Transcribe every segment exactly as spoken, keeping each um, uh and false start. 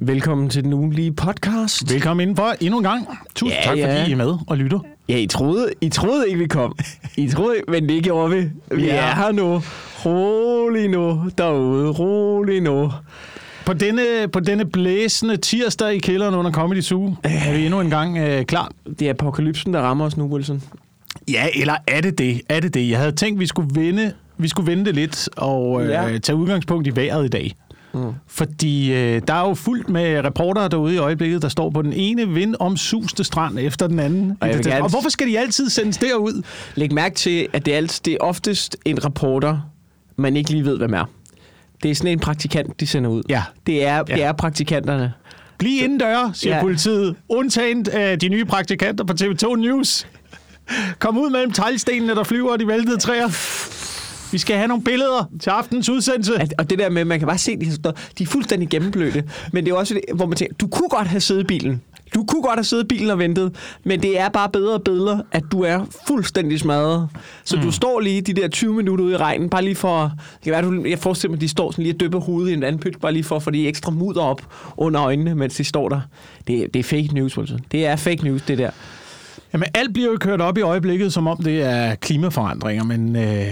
Velkommen til den ugenlige podcast. Velkommen indenfor endnu en gang. Tusind ja, tak, ja. fordi I er med og lytter. Ja, I troede, I troede ikke, vi kom. I troede, men det gjorde vi. Vi ja. er her nu. Rolig nu derude. Rolig nu. På denne, på denne blæsende tirsdag i kælderen under Comedy Zoo er vi endnu en gang øh, klar. Det er apokalypsen, der rammer os nu, Wilson. Ja, eller er det det? Er det det? Jeg havde tænkt, vi skulle vende, vi skulle vende det lidt og øh, ja. tage udgangspunkt i vejret i dag. Mm. Fordi øh, der er jo fuldt med reportere derude i øjeblikket, der står på den ene vindomsuste strand efter den anden. Og, gerne... og hvorfor skal de altid sendes derud? Læg mærke til, at det er, altid, det er oftest en reporter, man ikke lige ved, hvem er. Det er sådan en praktikant, de sender ud. Ja. Det er, ja. det er praktikanterne. Bliv indendør, siger ja. politiet. Undtagen af de nye praktikanter på T V to News. Kom ud mellem teglstenene, der flyver, og de væltede træer. Vi skal have nogle billeder til aftens udsendelse. Og det der med, man kan bare se, de, de er fuldstændig gennemblødte. Men det er også, hvor man tænker, du kunne godt have siddet i bilen. Du kunne godt have siddet i bilen og ventet. Men det er bare bedre og bedre, at du er fuldstændig smadret. Så mm. du står lige de der tyve minutter ude i regnen, bare lige for... Det kan være, du, jeg forestiller mig, at de står sådan lige og dypper hovedet i en anden pyt, bare lige for at få de ekstra mudder op under øjnene, mens de står der. Det, det er fake news, altså. Det er fake news, det der. Jamen, alt bliver jo kørt op i øjeblikket, som om det er klimaforandringer, men... Øh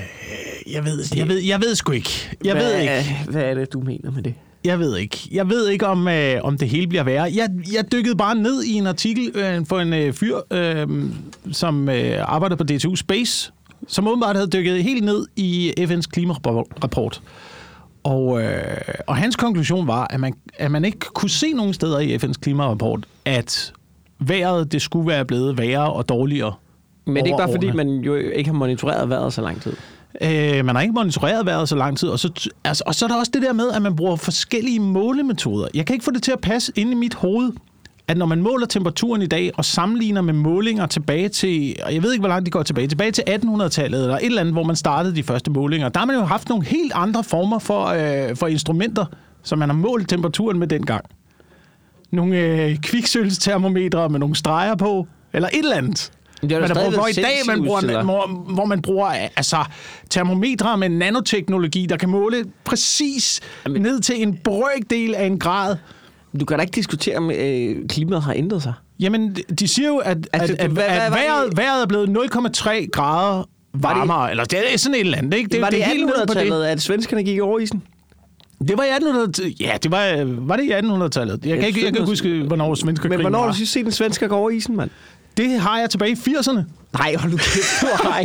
Jeg ved, jeg ved, jeg ved sgu ikke. Jeg hvad, ved ikke. Hvad er det, du mener med det? Jeg ved ikke. Jeg ved ikke, om, øh, om det hele bliver værre. Jeg, jeg dykkede bare ned i en artikel øh, for en øh, fyr, øh, som øh, arbejder på D T U Space, som åbenbart havde dykket helt ned i F N's klimarapport. Og, øh, og hans konklusion var, at man, at man ikke kunne se nogen steder i F N's klimarapport, at vejret det skulle være blevet værre og dårligere. Men det er ikke bare, fordi man jo ikke har monitoreret vejret så lang tid? Øh, man har ikke monitoreret vejret så lang tid, og så, altså, og så er der også det der med, at man bruger forskellige målemetoder. Jeg kan ikke få det til at passe inde i mit hoved, at når man måler temperaturen i dag og sammenligner med målinger tilbage til, og jeg ved ikke, hvor langt de går tilbage, tilbage til attenhundredetallet eller et eller andet, hvor man startede de første målinger, der har man jo haft nogle helt andre former for, øh, for instrumenter, som man har målt temperaturen med dengang. Nogle øh, kviksølvstermometre med nogle streger på, eller et eller andet. Det er man bruger, hvor i dag man bruger, hvor, hvor man bruger altså termometre med nanoteknologi, der kan måle præcis Jamen, ned til en brøkdel af en grad. Du kan da ikke diskutere, om øh, klimaet har ændret sig. Jamen, de siger jo, at, altså, at, at, hvad, at vejret, vejret er blevet nul komma tre grader varmere. Det, eller det er sådan et eller andet, ikke? Det, var det, det det attenhundredetallet, at svenskerne gik over isen? Det var i attenhundredetallet. Ja, det var, var det i attenhundredetallet. Jeg, jeg kan ikke jeg kan huske, hvornår svensker Men hvornår har du sidst set en svensker gå over isen, mand? Det har jeg tilbage i firserne. Nej, hold nu kæft.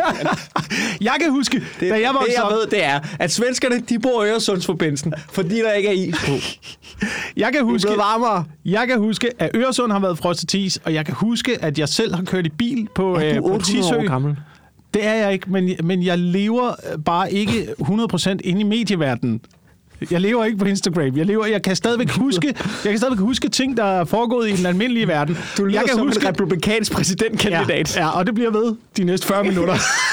Jeg kan huske, det, da jeg var Det, jeg så... ved, det er, at svenskerne, de bor i Øresundsforbindelsen, fordi der ikke er is på. Jeg kan huske, det er varmere. Jeg kan huske, at Øresund har været frosset til is, og jeg kan huske, at jeg selv har kørt i bil på, er du øh, på Tisø. År gammel? Det er jeg ikke, men, men jeg lever bare ikke hundrede procent inde i medieverdenen. Jeg lever ikke på Instagram. Jeg lever. Jeg kan stadigvæk huske. Jeg kan stadigvæk huske ting, der er foregået i den almindelige verden. Du lever jeg kan som huske en republikansk præsidentkandidat. Ja, ja, og det bliver ved de næste fyrre minutter.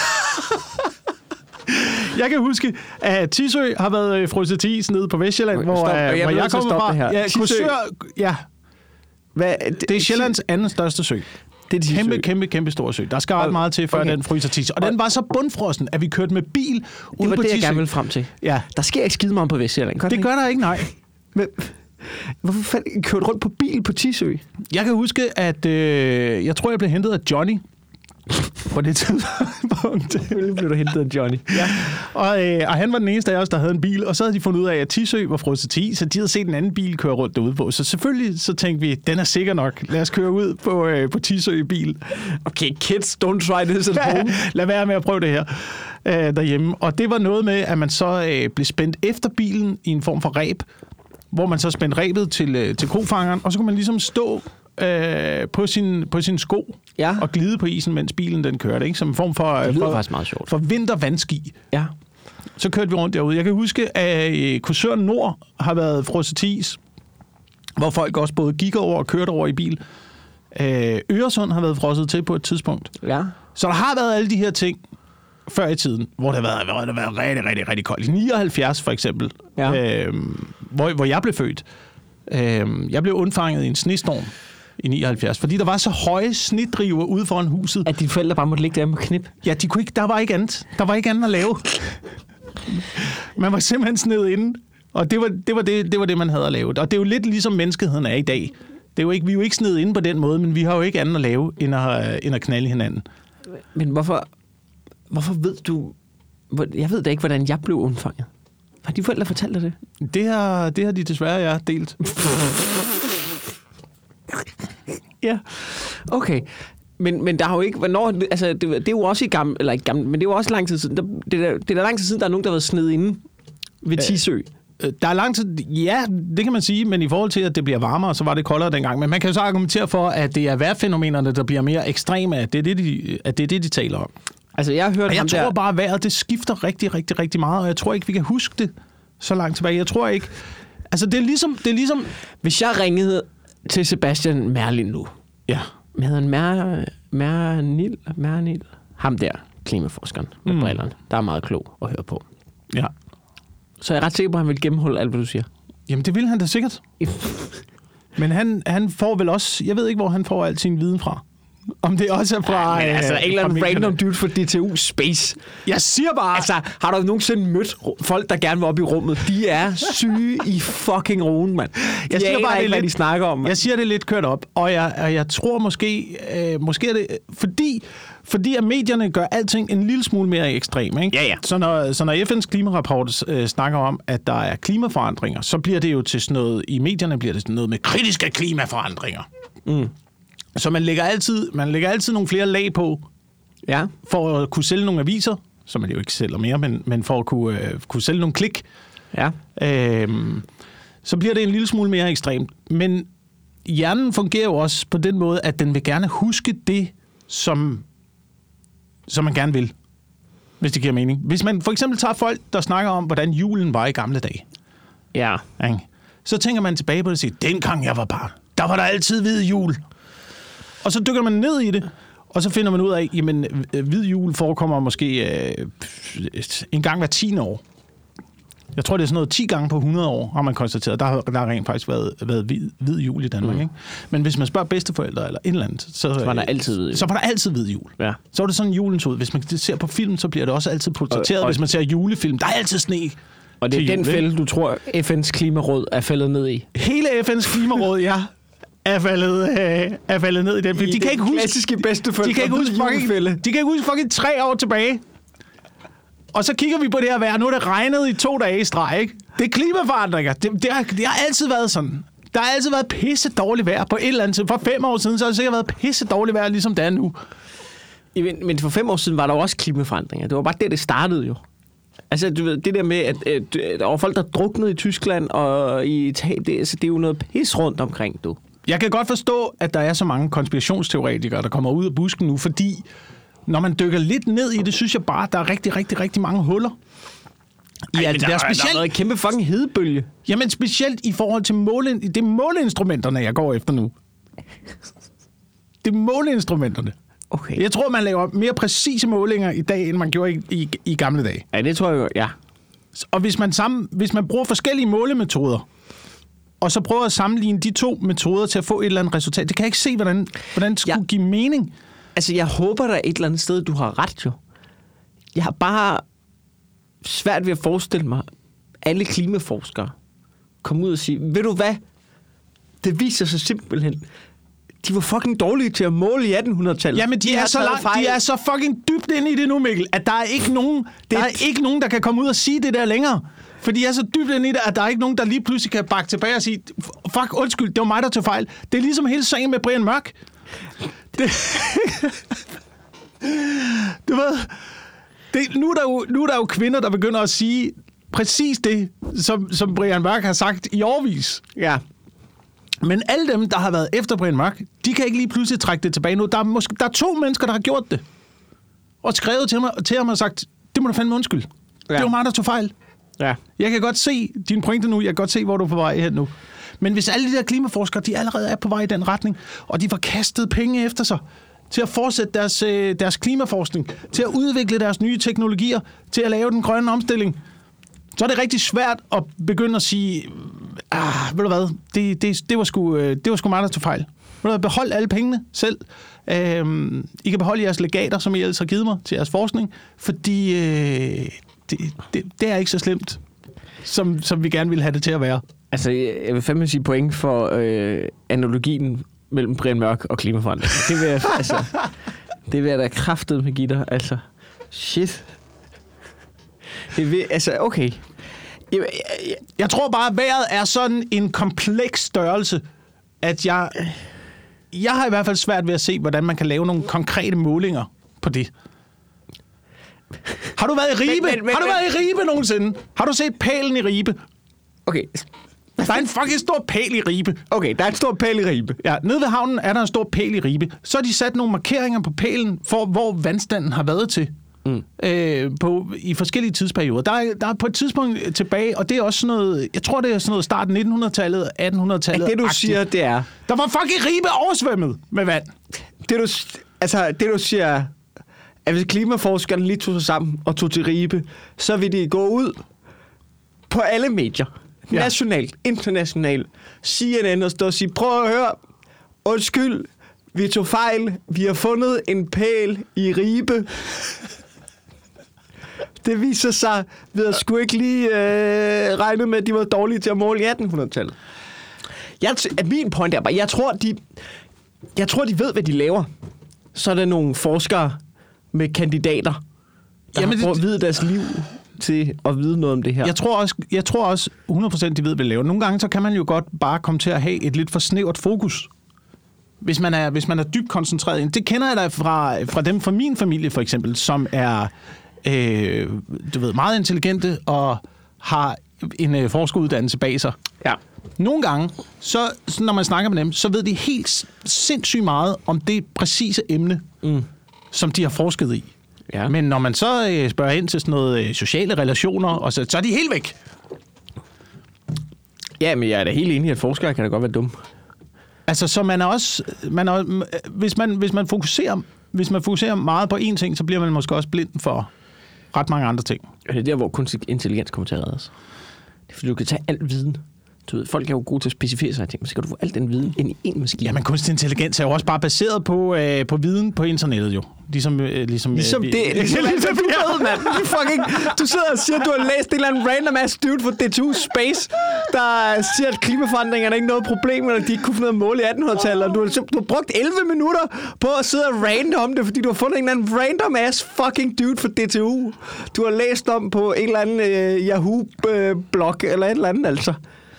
Jeg kan huske, at Tisø har været frosset til is nede på Vestjylland, okay, hvor, stop, jeg, hvor jeg kommer fra. Ja, Korsør, ja. Hvad, det, det er Sjællands anden største sø. Det er kæmpe, kæmpe, kæmpe stor sø. Der skal ret meget til, før okay. den fryser til. Og den var så bundfrossen, at vi kørte med bil ude på Tisø. Det var det, jeg gerne ville frem til. Ja. Der sker ikke skide meget på Vestjylland. Det ikke? Gør der ikke, nej. Men, hvorfor fanden kørte rundt på bil på Tisø? Jeg kan huske, at øh, jeg tror, jeg blev hentet af Johnny. På det tidspunkt. Selvfølgelig blev du hentet af Johnny. Ja. Og, øh, og han var den eneste af os, der havde en bil. Og så havde de fundet ud af, at Tisø var frosset til is, så de havde set en anden bil køre rundt derude på. Så selvfølgelig så tænkte vi, den er sikker nok. Lad os køre ud på, øh, på Tisø i bil. Okay, kids, don't try this at home. Lad være med at prøve det her øh, derhjemme. Og det var noget med, at man så øh, blev spændt efter bilen i en form for reb, hvor man så spændte rebet til, øh, til kofangeren, og så kunne man ligesom stå Øh, på, sin, på sin sko ja. og glide på isen, mens bilen den kørte, ikke? Som en form for, det lyder for, faktisk meget sjovt. For vintervandski. Ja. Så kørte vi rundt derude. Jeg kan huske, at Korsør Nord har været frosset til is, hvor folk også både gik over og kørte over i bil. Øh, Øresund har været frosset til på et tidspunkt. Ja. Så der har været alle de her ting før i tiden, hvor det har været, hvor det har været rigtig, rigtig, rigtig koldt. I nioghalvfjerds for eksempel, ja. øh, hvor, hvor jeg blev født. Øh, jeg blev undfanget i en snestorm i nioghalvfjerds, fordi der var så høje snedriver ude foran huset. At dine forældre bare måtte ligge der med knip? Ja, de kunne ikke, der var ikke andet. Der var ikke andet at lave. Man var simpelthen sned inde Og det var det, var det, det var det, man havde at lave. Og det er jo lidt ligesom menneskeheden er i dag. Det er jo ikke, vi er jo ikke snedet inde på den måde, men vi har jo ikke andet at lave, end at, end at knalde hinanden. Men hvorfor, hvorfor ved du... Jeg ved da ikke, hvordan jeg blev undfanget. Har de forældre fortalt dig det? Det har, det har de desværre, ja, delt. Ja, okay. Men, men der har jo ikke... Hvornår, altså, det, det er jo også i gammel... Eller ikke gammel, men det er jo også lang tid siden. Der, det, er, det er der lang tid siden, der er nogen, der har været sned inde ved Tisø. Der er lang tid... Ja, det kan man sige, men i forhold til, at det bliver varmere, så var det koldere dengang. Men man kan jo så argumentere for, at det er vejrfænomenerne, der bliver mere ekstreme, at det er det, de, at det, er det, de taler om. Altså, jeg har hørt og jeg ham tror der... bare, at vejret, det skifter rigtig, rigtig, rigtig meget, og jeg tror ikke, vi kan huske det så langt tilbage. Jeg tror ikke... Altså, det er ligesom... Det er ligesom Hvis jeg ringede til Sebastian Merlin nu... Ja. Hvad hedder han? Mer... Mernil? Mernil? Ham der, klimaforskeren med mm. brillerne. Der er meget klog at høre på. Ja. Så jeg er ret sikker på, at han vil gennemholde alt, hvad du siger. Jamen, det vil han da sikkert. Men han, han får vel også... Jeg ved ikke, hvor han får al sin viden fra. Om det også er fra... Ja, men altså, øh, en eller anden random dude fra D T U Space. Jeg siger bare... Altså, har du nogensinde mødt folk, der gerne vil op i rummet? De er syge i fucking roen, mand. Jeg siger bare ikke, hvad lidt, de snakker om. Man. Jeg siger det lidt kørt op, og jeg, og jeg tror måske... Øh, måske er det... Fordi, fordi at medierne gør alting en lille smule mere ekstrem, ikke? Ja, ja. Så når, så når F N's klimarapport øh, snakker om, at der er klimaforandringer, så bliver det jo til sådan noget... I medierne bliver det sådan noget med kritiske klimaforandringer. Mm. Så man lægger altid, man lægger altid nogle flere lag på, ja. For at kunne sælge nogle aviser, som man jo ikke sælger mere, men, men for at kunne, øh, kunne sælge nogle klik. Ja. Øhm, så bliver det en lille smule mere ekstremt. Men hjernen fungerer jo også på den måde, at den vil gerne huske det, som, som man gerne vil. Hvis det giver mening. Hvis man for eksempel tager folk, der snakker om, hvordan julen var i gamle dage. Ja. Ikke? Så tænker man tilbage på det og siger, dengang jeg var barn, der var der altid hvid jul. Og så dykker man ned i det, og så finder man ud af, jamen, hvid jul forekommer måske øh, en gang hver tiende år. Jeg tror, det er sådan noget ti gange på hundrede år, har man konstateret. Der har, der har rent faktisk været, været hvid, hvid jul i Danmark. Mm. Ikke? Men hvis man spørger bedsteforældre eller et eller andet, så, så var der altid hvid jul. Så var der altid hvid jul. Ja. Så var det sådan julens ud. Hvis man ser på film, så bliver det også altid portrætteret. Og, og, hvis man ser julefilm, der er altid sne. Og det er den fælde, du tror, F N's klimaråd er faldet ned i? Hele F N's klimaråd, ja. Er faldet, øh, er faldet ned i den. I de kan ikke huske klassiske bedsteforældre. De kan ikke huske fucking, de kan ikke huske fucking tre år tilbage. Og så kigger vi på det her vejr. Nu er det regnet i to dage i streg, ikke? Det er klimaforandringer. Det, det, har, det har altid været sådan. Der har altid været pisse dårligt vejr på et eller andet. For fem år siden, så har det sikkert været pisse dårligt vejr, ligesom det er nu. Men, men for fem år siden var der også klimaforandringer. Det var bare det, det startede jo. Altså, du ved, det der med, at, at, at der var folk, der druknede i Tyskland og i Italien, det, altså, det er jo noget pis rundt omkring, du. Jeg kan godt forstå, at der er så mange konspirationsteoretikere, der kommer ud af busken nu, fordi når man dykker lidt ned i det, synes jeg bare, at der er rigtig, rigtig, rigtig mange huller. Ja, Ej, der, der, er specielt, der er noget kæmpe fucking hedebølge. Jamen, specielt i forhold til måle, det er måleinstrumenterne, jeg går efter nu. Det er måleinstrumenterne. Okay. Jeg tror, man laver mere præcise målinger i dag, end man gjorde i, i, i gamle dage. Ja, det tror jeg jo, ja. Og hvis man, sammen, hvis man bruger forskellige målemetoder, og så prøver at sammenligne de to metoder til at få et eller andet resultat, det kan jeg ikke se, hvordan, hvordan det skulle ja. give mening. Altså, jeg håber, der er et eller andet sted, du har ret, jo. Jeg har bare svært ved at forestille mig, alle klimaforskere komme ud og sige, ved du hvad? Det viser sig simpelthen, de var fucking dårlige til at måle i attenhundredetallet. Jamen, de, de, er, så langt, de er så fucking dybt inde i det nu, Mikkel, at der er ikke nogen, der er ikke nogen, der kan komme ud og sige det der længere. For de er så dybt inde i det, at der er ikke nogen, der lige pludselig kan bakke tilbage og sige, fuck, undskyld, det var mig, der tog fejl. Det er ligesom hele sagen med Brian Mørk. Det, du ved, det, nu, er der jo, nu er der jo kvinder, der begynder at sige præcis det, som, som Brian Mørk har sagt i årevis. Ja. Men alle dem, der har været efter Brian Mørk, de kan ikke lige pludselig trække det tilbage nu. Der er, måske, der er to mennesker, der har gjort det. Og skrevet til, mig, til ham og sagt, det må du fandme undskylde. Ja. Det var mig, der tog fejl. Ja. Jeg kan godt se dine pointer nu. Jeg kan godt se, hvor du er på vej hen nu. Men hvis alle de der klimaforskere, de allerede er på vej i den retning, og de får kastet penge efter sig til at fortsætte deres, deres klimaforskning, til at udvikle deres nye teknologier, til at lave den grønne omstilling, så er det rigtig svært at begynde at sige, ah, ved du hvad, det, det, det, var, sgu, det var sgu mig, der tog fejl. Ved du hvad, behold alle pengene selv. Øhm, I kan beholde jeres legater, som I ellers har givet mig til jeres forskning, fordi øh, det, det, det er ikke så slemt. som, som vi gerne vil have det til at være. Altså, jeg vil fandme sige point for øh, analogien mellem Brian Mørk og klimaforandring. Det vil jeg, altså, det vil jeg da kraftet med give dig. Altså, shit. Det vil, altså, okay. Jeg, jeg, jeg, jeg tror bare, at vejret er sådan en kompleks størrelse, at jeg... Jeg har i hvert fald svært ved at se, hvordan man kan lave nogle konkrete målinger på det. Har du været i Ribe? Men, men, men, har du været i Ribe nogensinde? Har du set pælen i Ribe? Okay. Der er en fucking stor pæl i Ribe. Okay, der er en stor pæl i Ribe. Ja, nede ved havnen er der en stor pæl i Ribe. Så har de sat nogle markeringer på pælen, for hvor vandstanden har været til. Mm. Øh, på, i forskellige tidsperioder. Der er, der er på et tidspunkt tilbage, og det er også sådan noget, jeg tror, det er sådan noget start nittenhundredetallet, attenhundredetallet. Det, du agtigt. siger, det er... Der var fucking Ribe oversvømmet med vand. Det, du, altså, det, du siger, at hvis klimaforskerne lige tog sig sammen og tog til Ribe, så vil de gå ud på alle medier. Ja. Nationalt, internationalt. C N N og stå og sige, prøv at høre, undskyld, vi tog fejl, vi har fundet en pæl i Ribe. Det viser sig, vi havde sgu ikke lige øh, regnet med, at de var dårlige til at måle i attenhundredetallet. Jeg, t- min point er bare, jeg tror, de, jeg tror, de ved, hvad de laver. Så er der nogle forskere med kandidater, der Jamen, har brugt deres liv til at vide noget om det her. Jeg tror også, jeg tror også hundrede procent, de ved, hvad de laver. Nogle gange så kan man jo godt bare komme til at have et lidt for snævert fokus. Hvis man er, hvis man er dybt koncentreret. Det kender jeg da fra, fra dem fra min familie, for eksempel, som er øh, du ved, meget intelligente og har en øh, forskeruddannelse bag sig. Ja. Nogle gange, så, når man snakker med dem, så ved de helt sindssygt meget om det præcise emne, mm. som de har forsket i. Ja. Men når man så øh, spørger ind til sådan noget øh, sociale relationer, og så, så er de helt væk. Ja, men jeg er da helt enig i, at forskere kan da godt være dumme. Altså, så man er også... Man er, hvis, man, hvis, man fokuserer, hvis man fokuserer meget på én ting, så bliver man måske også blind for ret mange andre ting. Det er der, hvor kunstig intelligens kommer til at redde os. Det er, fordi du kan tage al viden. Du ved, folk er jo gode til at specificere sig ting, men så kan du få al den viden ind i én maskine. Ja, men kunstig intelligens er jo også bare baseret på, øh, på viden på internettet, jo. Ligesom... Øh, ligesom, ligesom øh, det. Vi, ligesom, ligesom du ved, mand. Du, fucking, du sidder og siger, at du har læst en eller anden random ass dude for D to Space, der siger, at klimaforandringerne er ikke noget problem, eller de ikke kunne få noget mål i attenhundredetallet. Du har, du har brugt elleve minutter på at sidde og rante om det, fordi du har fundet en eller anden random ass fucking dude for D T U. Du har læst om på en eller anden øh, Yahoo-blog, eller et eller andet, altså.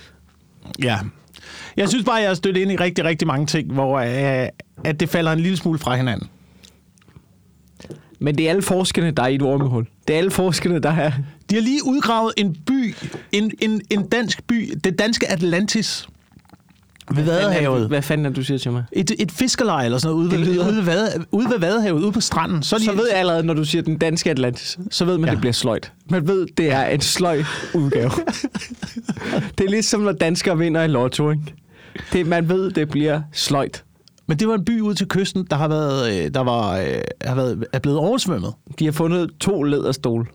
Ja. Jeg synes bare, jeg har stødt ind i rigtig, rigtig mange ting, hvor øh, at det falder en lille smule fra hinanden. Men det er alle forskerne, der er i et ormehul. Det er alle forskerne, der er... De har lige udgravet en by, en, en, en dansk by, det danske Atlantis. Ved Vadehavet. Hvad fanden er du siger til mig? Et, et fiskerleje eller sådan noget, ude ved, ude, ved Vade, ude ved Vadehavet, ude på stranden. Så, de, så ved jeg allerede, når du siger den danske Atlantis, så ved man, ja. Det bliver sløjt. Man ved, det er en sløj udgave. Det er ligesom, når danskere vinder i lotto, ikke? Det, man ved, det bliver sløjt. Men det var en by ude til kysten, der har været, der var, har været, er blevet oversvømmet. De har fundet to læderstole,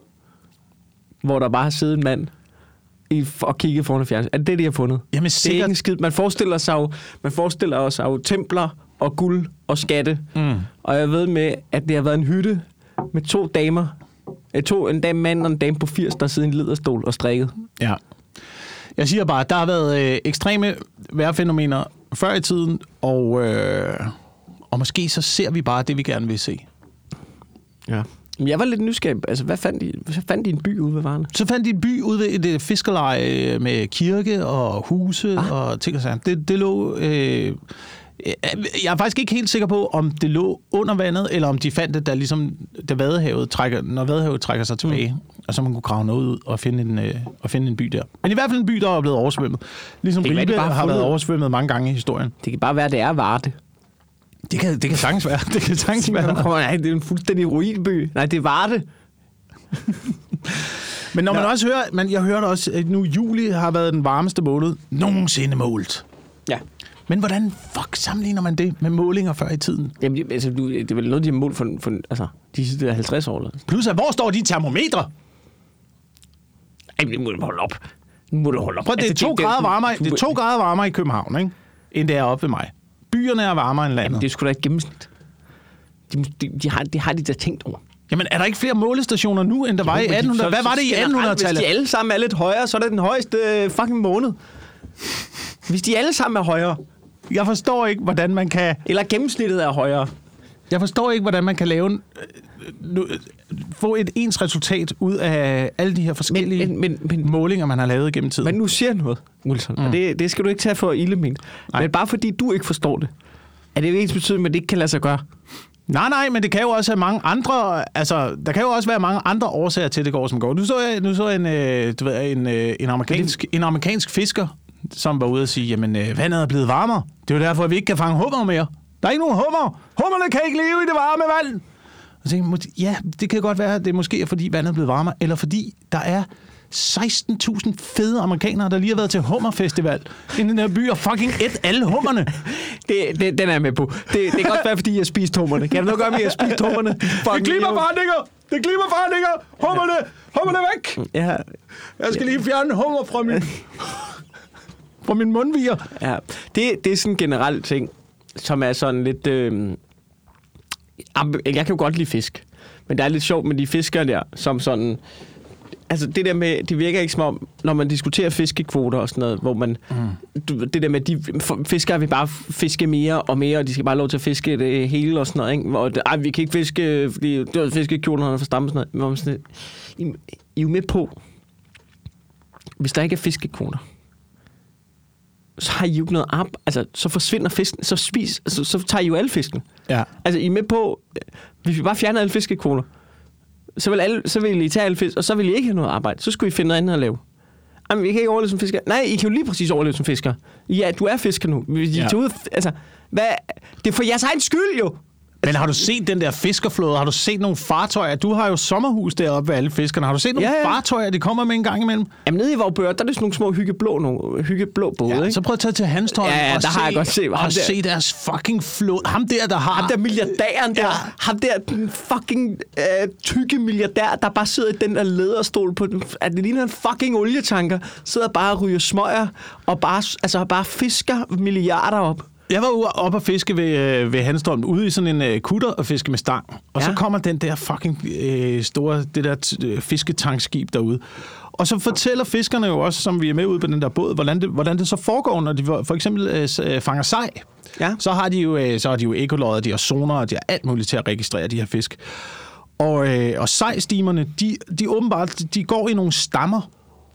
hvor der bare har siddet en mand i, og kigget foran fjernsyn. Er det det, de har fundet? Jamen, det er ikke en skid. Man forestiller sig jo, man forestiller sig jo templer og guld og skatte. Mm. Og jeg ved med, at det har været en hytte med to damer. To, en dame mand og en dame på firs, der sidder i en læderstol og strikket. Ja. Jeg siger bare, at der har været øh, ekstreme vejrfænomener før i tiden, og, øh, og måske så ser vi bare det, vi gerne vil se. Ja. Men jeg var lidt nysgerrig. Altså, hvad fandt de, hvad fandt de en by ude ved Varne? Så fandt de en by ude ved et fiskerleje med kirke og huse ah. og ting og sager. Det, det lå... Øh, jeg er faktisk ikke helt sikker på, om det lå under vandet, eller om de fandt det, da ligesom, da Vadehavet trækker, når Vadehavet trækker sig tilbage, mm. og så man kunne grave noget ud og finde, en, øh, og finde en by der. Men i hvert fald en by, der er blevet oversvømmet. Ligesom Ribe har fundet... været oversvømmet mange gange i historien. Det kan bare være, det er Varde. Det kan, det kan sagtens være. Det kan sagtens være. Nej, det er en fuldstændig ruinby. Nej, det var det. Men når man ja. også hører... Man, jeg hørte også, at nu juli har været den varmeste måned nogensinde målt. Ja. Men hvordan fuck sammenligner man det med målinger før i tiden? Jamen, altså, du, det er vel noget, de har målt for, for altså, de sidste halvtreds år. Eller? Plus, at hvor står de termometre? Jamen, det må du holde op. Nu må du holde op. Prøv, det, er altså, to det, grader det, varmere, du, det er to grader varmere i København, ikke? End det er oppe ved mig. Byerne er varmere end landet. Jamen, det er sgu da et gennemsnit. De, de, de, har, de har de da tænkt over. Jamen, er der ikke flere målestationer nu, end der jo, var i atten hundrede? Hvad var det i attenhundredetallet? Hvis de alle sammen er lidt højere, så er det den højeste øh, fucking måned. Hvis de alle sammen er højere. Jeg forstår ikke, hvordan man kan... Eller gennemsnittet er højere. Jeg forstår ikke, hvordan man kan lave en, øh, få et ens resultat ud af alle de her forskellige men, men, men, målinger, man har lavet gennem tiden. Men nu siger noget, Wilson, mm. og det, det skal du ikke tage for ildement. Men bare fordi du ikke forstår det, er det jo ens betydning, at det ikke kan lade sig gøre? Nej, nej, men det kan jo også have mange andre... Altså, der kan jo også være mange andre årsager til, at det går, som går. Nu så jeg, nu så jeg en, øh, du ved, en, øh, en, amerikansk, en amerikansk fisker, som var ude og sige, jamen, øh, vandet er blevet varmere. Det er jo derfor, at vi ikke kan fange hummer mere. Der er ikke nogen hummer. Hummerne kan ikke leve i det varme vand. Og så tænkte jeg, ja, det kan godt være, at det måske er, fordi vandet er blevet varmere, eller fordi der er seksten tusind fede amerikanere, der lige har været til hummerfestival i den her by, og fucking et alle hummerne. det, det, den er jeg med på. Det, det kan godt være, fordi jeg har spist hummerne. Kan det noget gøre med, at jeg har spist hummerne? Det er klimaforandringer! Det er klimaforandringer! Hummerne! Hummerne væk! Ja. Jeg skal lige fjerne hummer fra min, fra min mundviger. Ja. Det, det er sådan en generel ting, som er sådan lidt... Øh... Jeg kan jo godt lide fisk, men det er lidt sjovt med de fiskere der, som sådan... Altså det der med, det virker ikke som om, når man diskuterer fiskekvoter og sådan noget, hvor man, mm. det der med, de fiskere vil bare fiske mere og mere, og de skal bare have lov til at fiske det hele og sådan noget, ikke? Hvor, ej, vi kan ikke fiske, fordi det var fiskekvoterne for stammen og sådan noget. Sådan, I, I er jo med på, hvis der ikke er fiskekvoter, så har I jo ikke noget arbejde, altså så forsvinder fisken, så, spis, altså, så tager I jo alle fisken. Ja. Altså I er med på, hvis vi bare fjerner alle fiskekvoter, så vil, alle, så vil I tage alle fisk, og så vil I ikke have noget arbejde. Så skulle I finde noget andet at lave. Jamen, vi kan ikke overleve som fisker. Nej, I kan jo lige præcis overleve som fisker. Ja, du er fisker nu. I ja. Ud, altså, hvad? Det er for jeres egen skyld, jo. Men har du set den der fiskerflåde? Har du set nogle fartøjer? Du har jo sommerhus deroppe ved alle fiskerne. Har du set nogle ja, ja. fartøjer, de kommer med en gang imellem? Jamen, nede i Vorbør, der er det sådan nogle små hyggeblå, nogle hyggeblå både, ja, ikke? Så prøv at tage til Hanstholm ja, ja, og der se, har jeg godt set. Og se deres fucking flåde. Ham der, der har... Ham der milliardæren der. Ja. Ham der, den fucking øh, tykke milliardær, der bare sidder i den der læderstol på den... At det ligner en fucking olietanker. Sidder bare og ryger smøger og bare, altså, bare fisker milliarder op. Jeg var oppe og fiske ved, ved Hanstholm, ude i sådan en uh, kutter og fiske med stang. Og ja. Så kommer den der fucking uh, store, det der t- fisketankskib derude. Og så fortæller fiskerne jo også, som vi er med ude på den der båd, hvordan det, hvordan det så foregår, når de for eksempel uh, fanger sej. Ja. Så har de jo, uh, så har de jo ekolodder, de har sonar, og de har alt muligt til at registrere de her fisk. Og, uh, og sejstimerne, de, de åbenbart, de går i nogle stammer.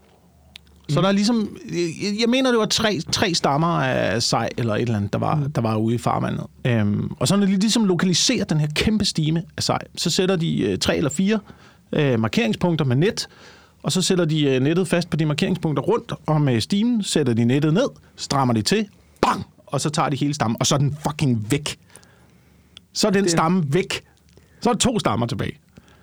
Så der er ligesom, jeg mener, det var tre, tre stammer af sej eller et eller andet, der var, der var ude i farvandet. Øhm, og så når de ligesom lokaliserer den her kæmpe stime af sej, så sætter de øh, tre eller fire øh, markeringspunkter med net, og så sætter de øh, nettet fast på de markeringspunkter rundt, og med stimen sætter de nettet ned, strammer det til, bang, og så tager de hele stammen, og så er den fucking væk. Så er den det... stamme væk. Så er der to stammer tilbage.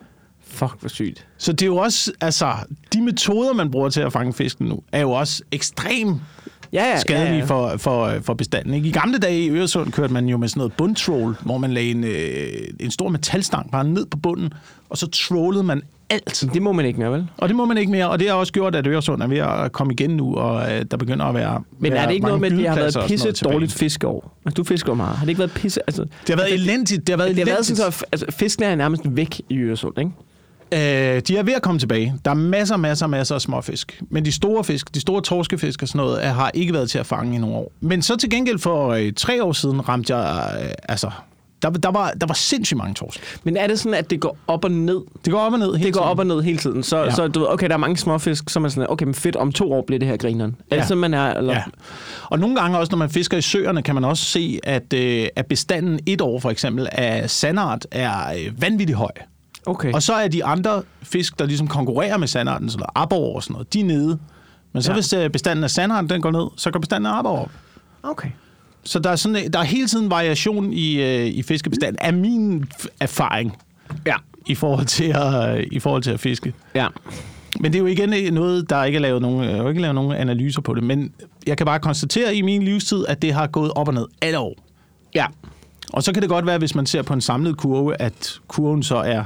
Fuck, hvor sygt. Så det er jo også, altså, de metoder, man bruger til at fange fisken nu, er jo også ekstremt ja, ja, skadelige ja, ja. For, for, for bestanden. Ikke? I gamle dage i Øresund kørte man jo med sådan noget bundtroll, hvor man lagde en, øh, en stor metalstang bare ned på bunden, og så trollede man alt. Det må man ikke mere, vel? Og det må man ikke mere, og det har også gjort, at Øresund er ved at komme igen nu, og øh, der begynder at være... Men være er det ikke noget med, at det har været pisse dårligt fiskeår? Altså, du fisker meget. Har det ikke været pisse... Altså, det har været altså, elendigt. Det har været det elendigt. Har været sådan, så, altså, fisken er nærmest væk i Øresund, ikke? Øh, de er ved at komme tilbage. Der er masser, masser, masser af småfisk. Men de store fisk, de store torskefisk og sådan noget, har ikke været til at fange i nogle år. Men så til gengæld for øh, tre år siden ramte jeg... Øh, altså, der, der, var, der var sindssygt mange torsk. Men er det sådan, at det går op og ned? Det går op og ned hele det tiden. Det går op og ned hele tiden. Så, ja. så du ved, okay, der er mange småfisk, som er sådan, okay, men fedt, om to år bliver det her grineren. Er det sådan, man er? Eller? Ja. Og nogle gange også, når man fisker i søerne, kan man også se, at, øh, at bestanden et år for eksempel af sandart er øh, vanvittigt høj. Okay. Og så er de andre fisk, der ligesom konkurrerer med sandarten, sådan noget aborre og sådan noget, de er nede. Men så ja. Hvis bestanden af sandarten, den går ned, så går bestanden af aborre op. Okay. Så der er, sådan, der er hele tiden variation i, øh, i fiskebestanden, af min erfaring, ja. i, forhold til at, i forhold til at fiske. Ja. Men det er jo igen noget, der ikke er lavet nogen, jeg har ikke lavet nogen analyser på det, men jeg kan bare konstatere i min livstid, at det har gået op og ned alle år. Ja. Og så kan det godt være, hvis man ser på en samlet kurve, at kurven så er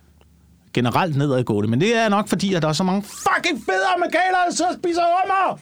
generelt nedadgående. Men det er nok fordi, at der er så mange fucking fede amerikanere, der så spiser hummer!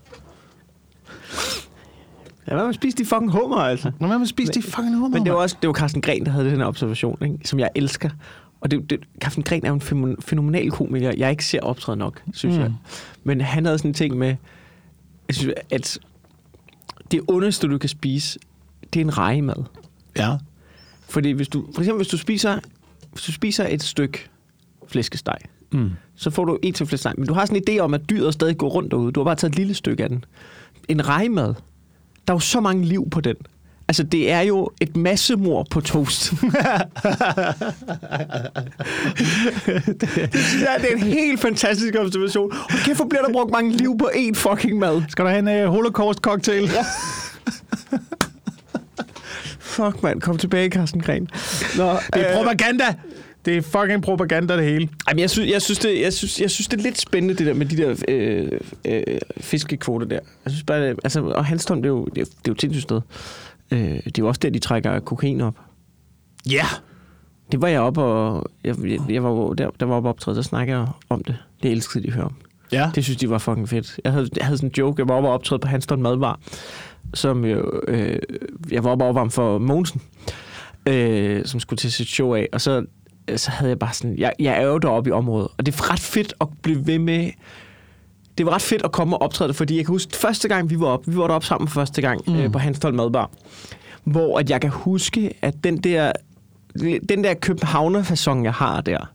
Ja, hvad med at spise de fucking hummer, altså? Hvad med at spise de fucking hummer? Men det var også det var Carsten Gren, der havde den her observation, ikke? Som jeg elsker. Og det, det, Carsten Gren er jo en fænomenal komiker, jeg ikke ser optræde nok, synes mm. jeg. Men han havde sådan en ting med, jeg synes, at det ondeste, du kan spise, det er en regemad. Ja. Fordi hvis du, for eksempel, hvis du spiser, hvis du spiser et stykke flæskesteg, mm. så får du et til flæskesteg. Men du har sådan en idé om, at dyret stadig går rundt derude. Du har bare taget et lille stykke af den. En regemad, der er jo så mange liv på den. Altså, det er jo et massemord på toast. det, det er en helt fantastisk observation. Og kæft, hvor bliver der brugt mange liv på én fucking mad. Skal der have en uh, holocaust-cocktail? Ja. Fuck, mand. Kom tilbage, Carsten Gren. Nå, det er øh, propaganda! Det er fucking propaganda, det hele. Jamen, jeg synes, jeg synes, det, jeg synes, jeg synes, det er lidt spændende, det der med de der øh, øh, fiskekvoter der. Jeg synes bare, det, altså, og Hanstholm, det er jo, det er, det er jo et sindssygt sted. Øh, det er jo også der, de trækker kokain op. Ja! Yeah. Det var jeg oppe og... Jeg, jeg, jeg var, der, der var oppe optrædet, der snakkede jeg om det. Det elskede de at høre om. Ja. Det synes de var fucking fedt. Jeg havde, jeg havde sådan en joke. Jeg var oppe og optrædet på Hanstholm Madbar, som jo... Øh, jeg var oppe og opvarm for Mogensen, øh, som skulle til sit show af. Og så, så havde jeg bare sådan... Jeg, jeg er jo deroppe i området, og det er ret fedt at blive ved med... Det var ret fedt at komme og optræde, fordi jeg kan huske, første gang vi var oppe, vi var deroppe sammen første gang mm. øh, på Hanstholm Madbar, hvor at jeg kan huske, at den der, den der københavner-facon, jeg har der,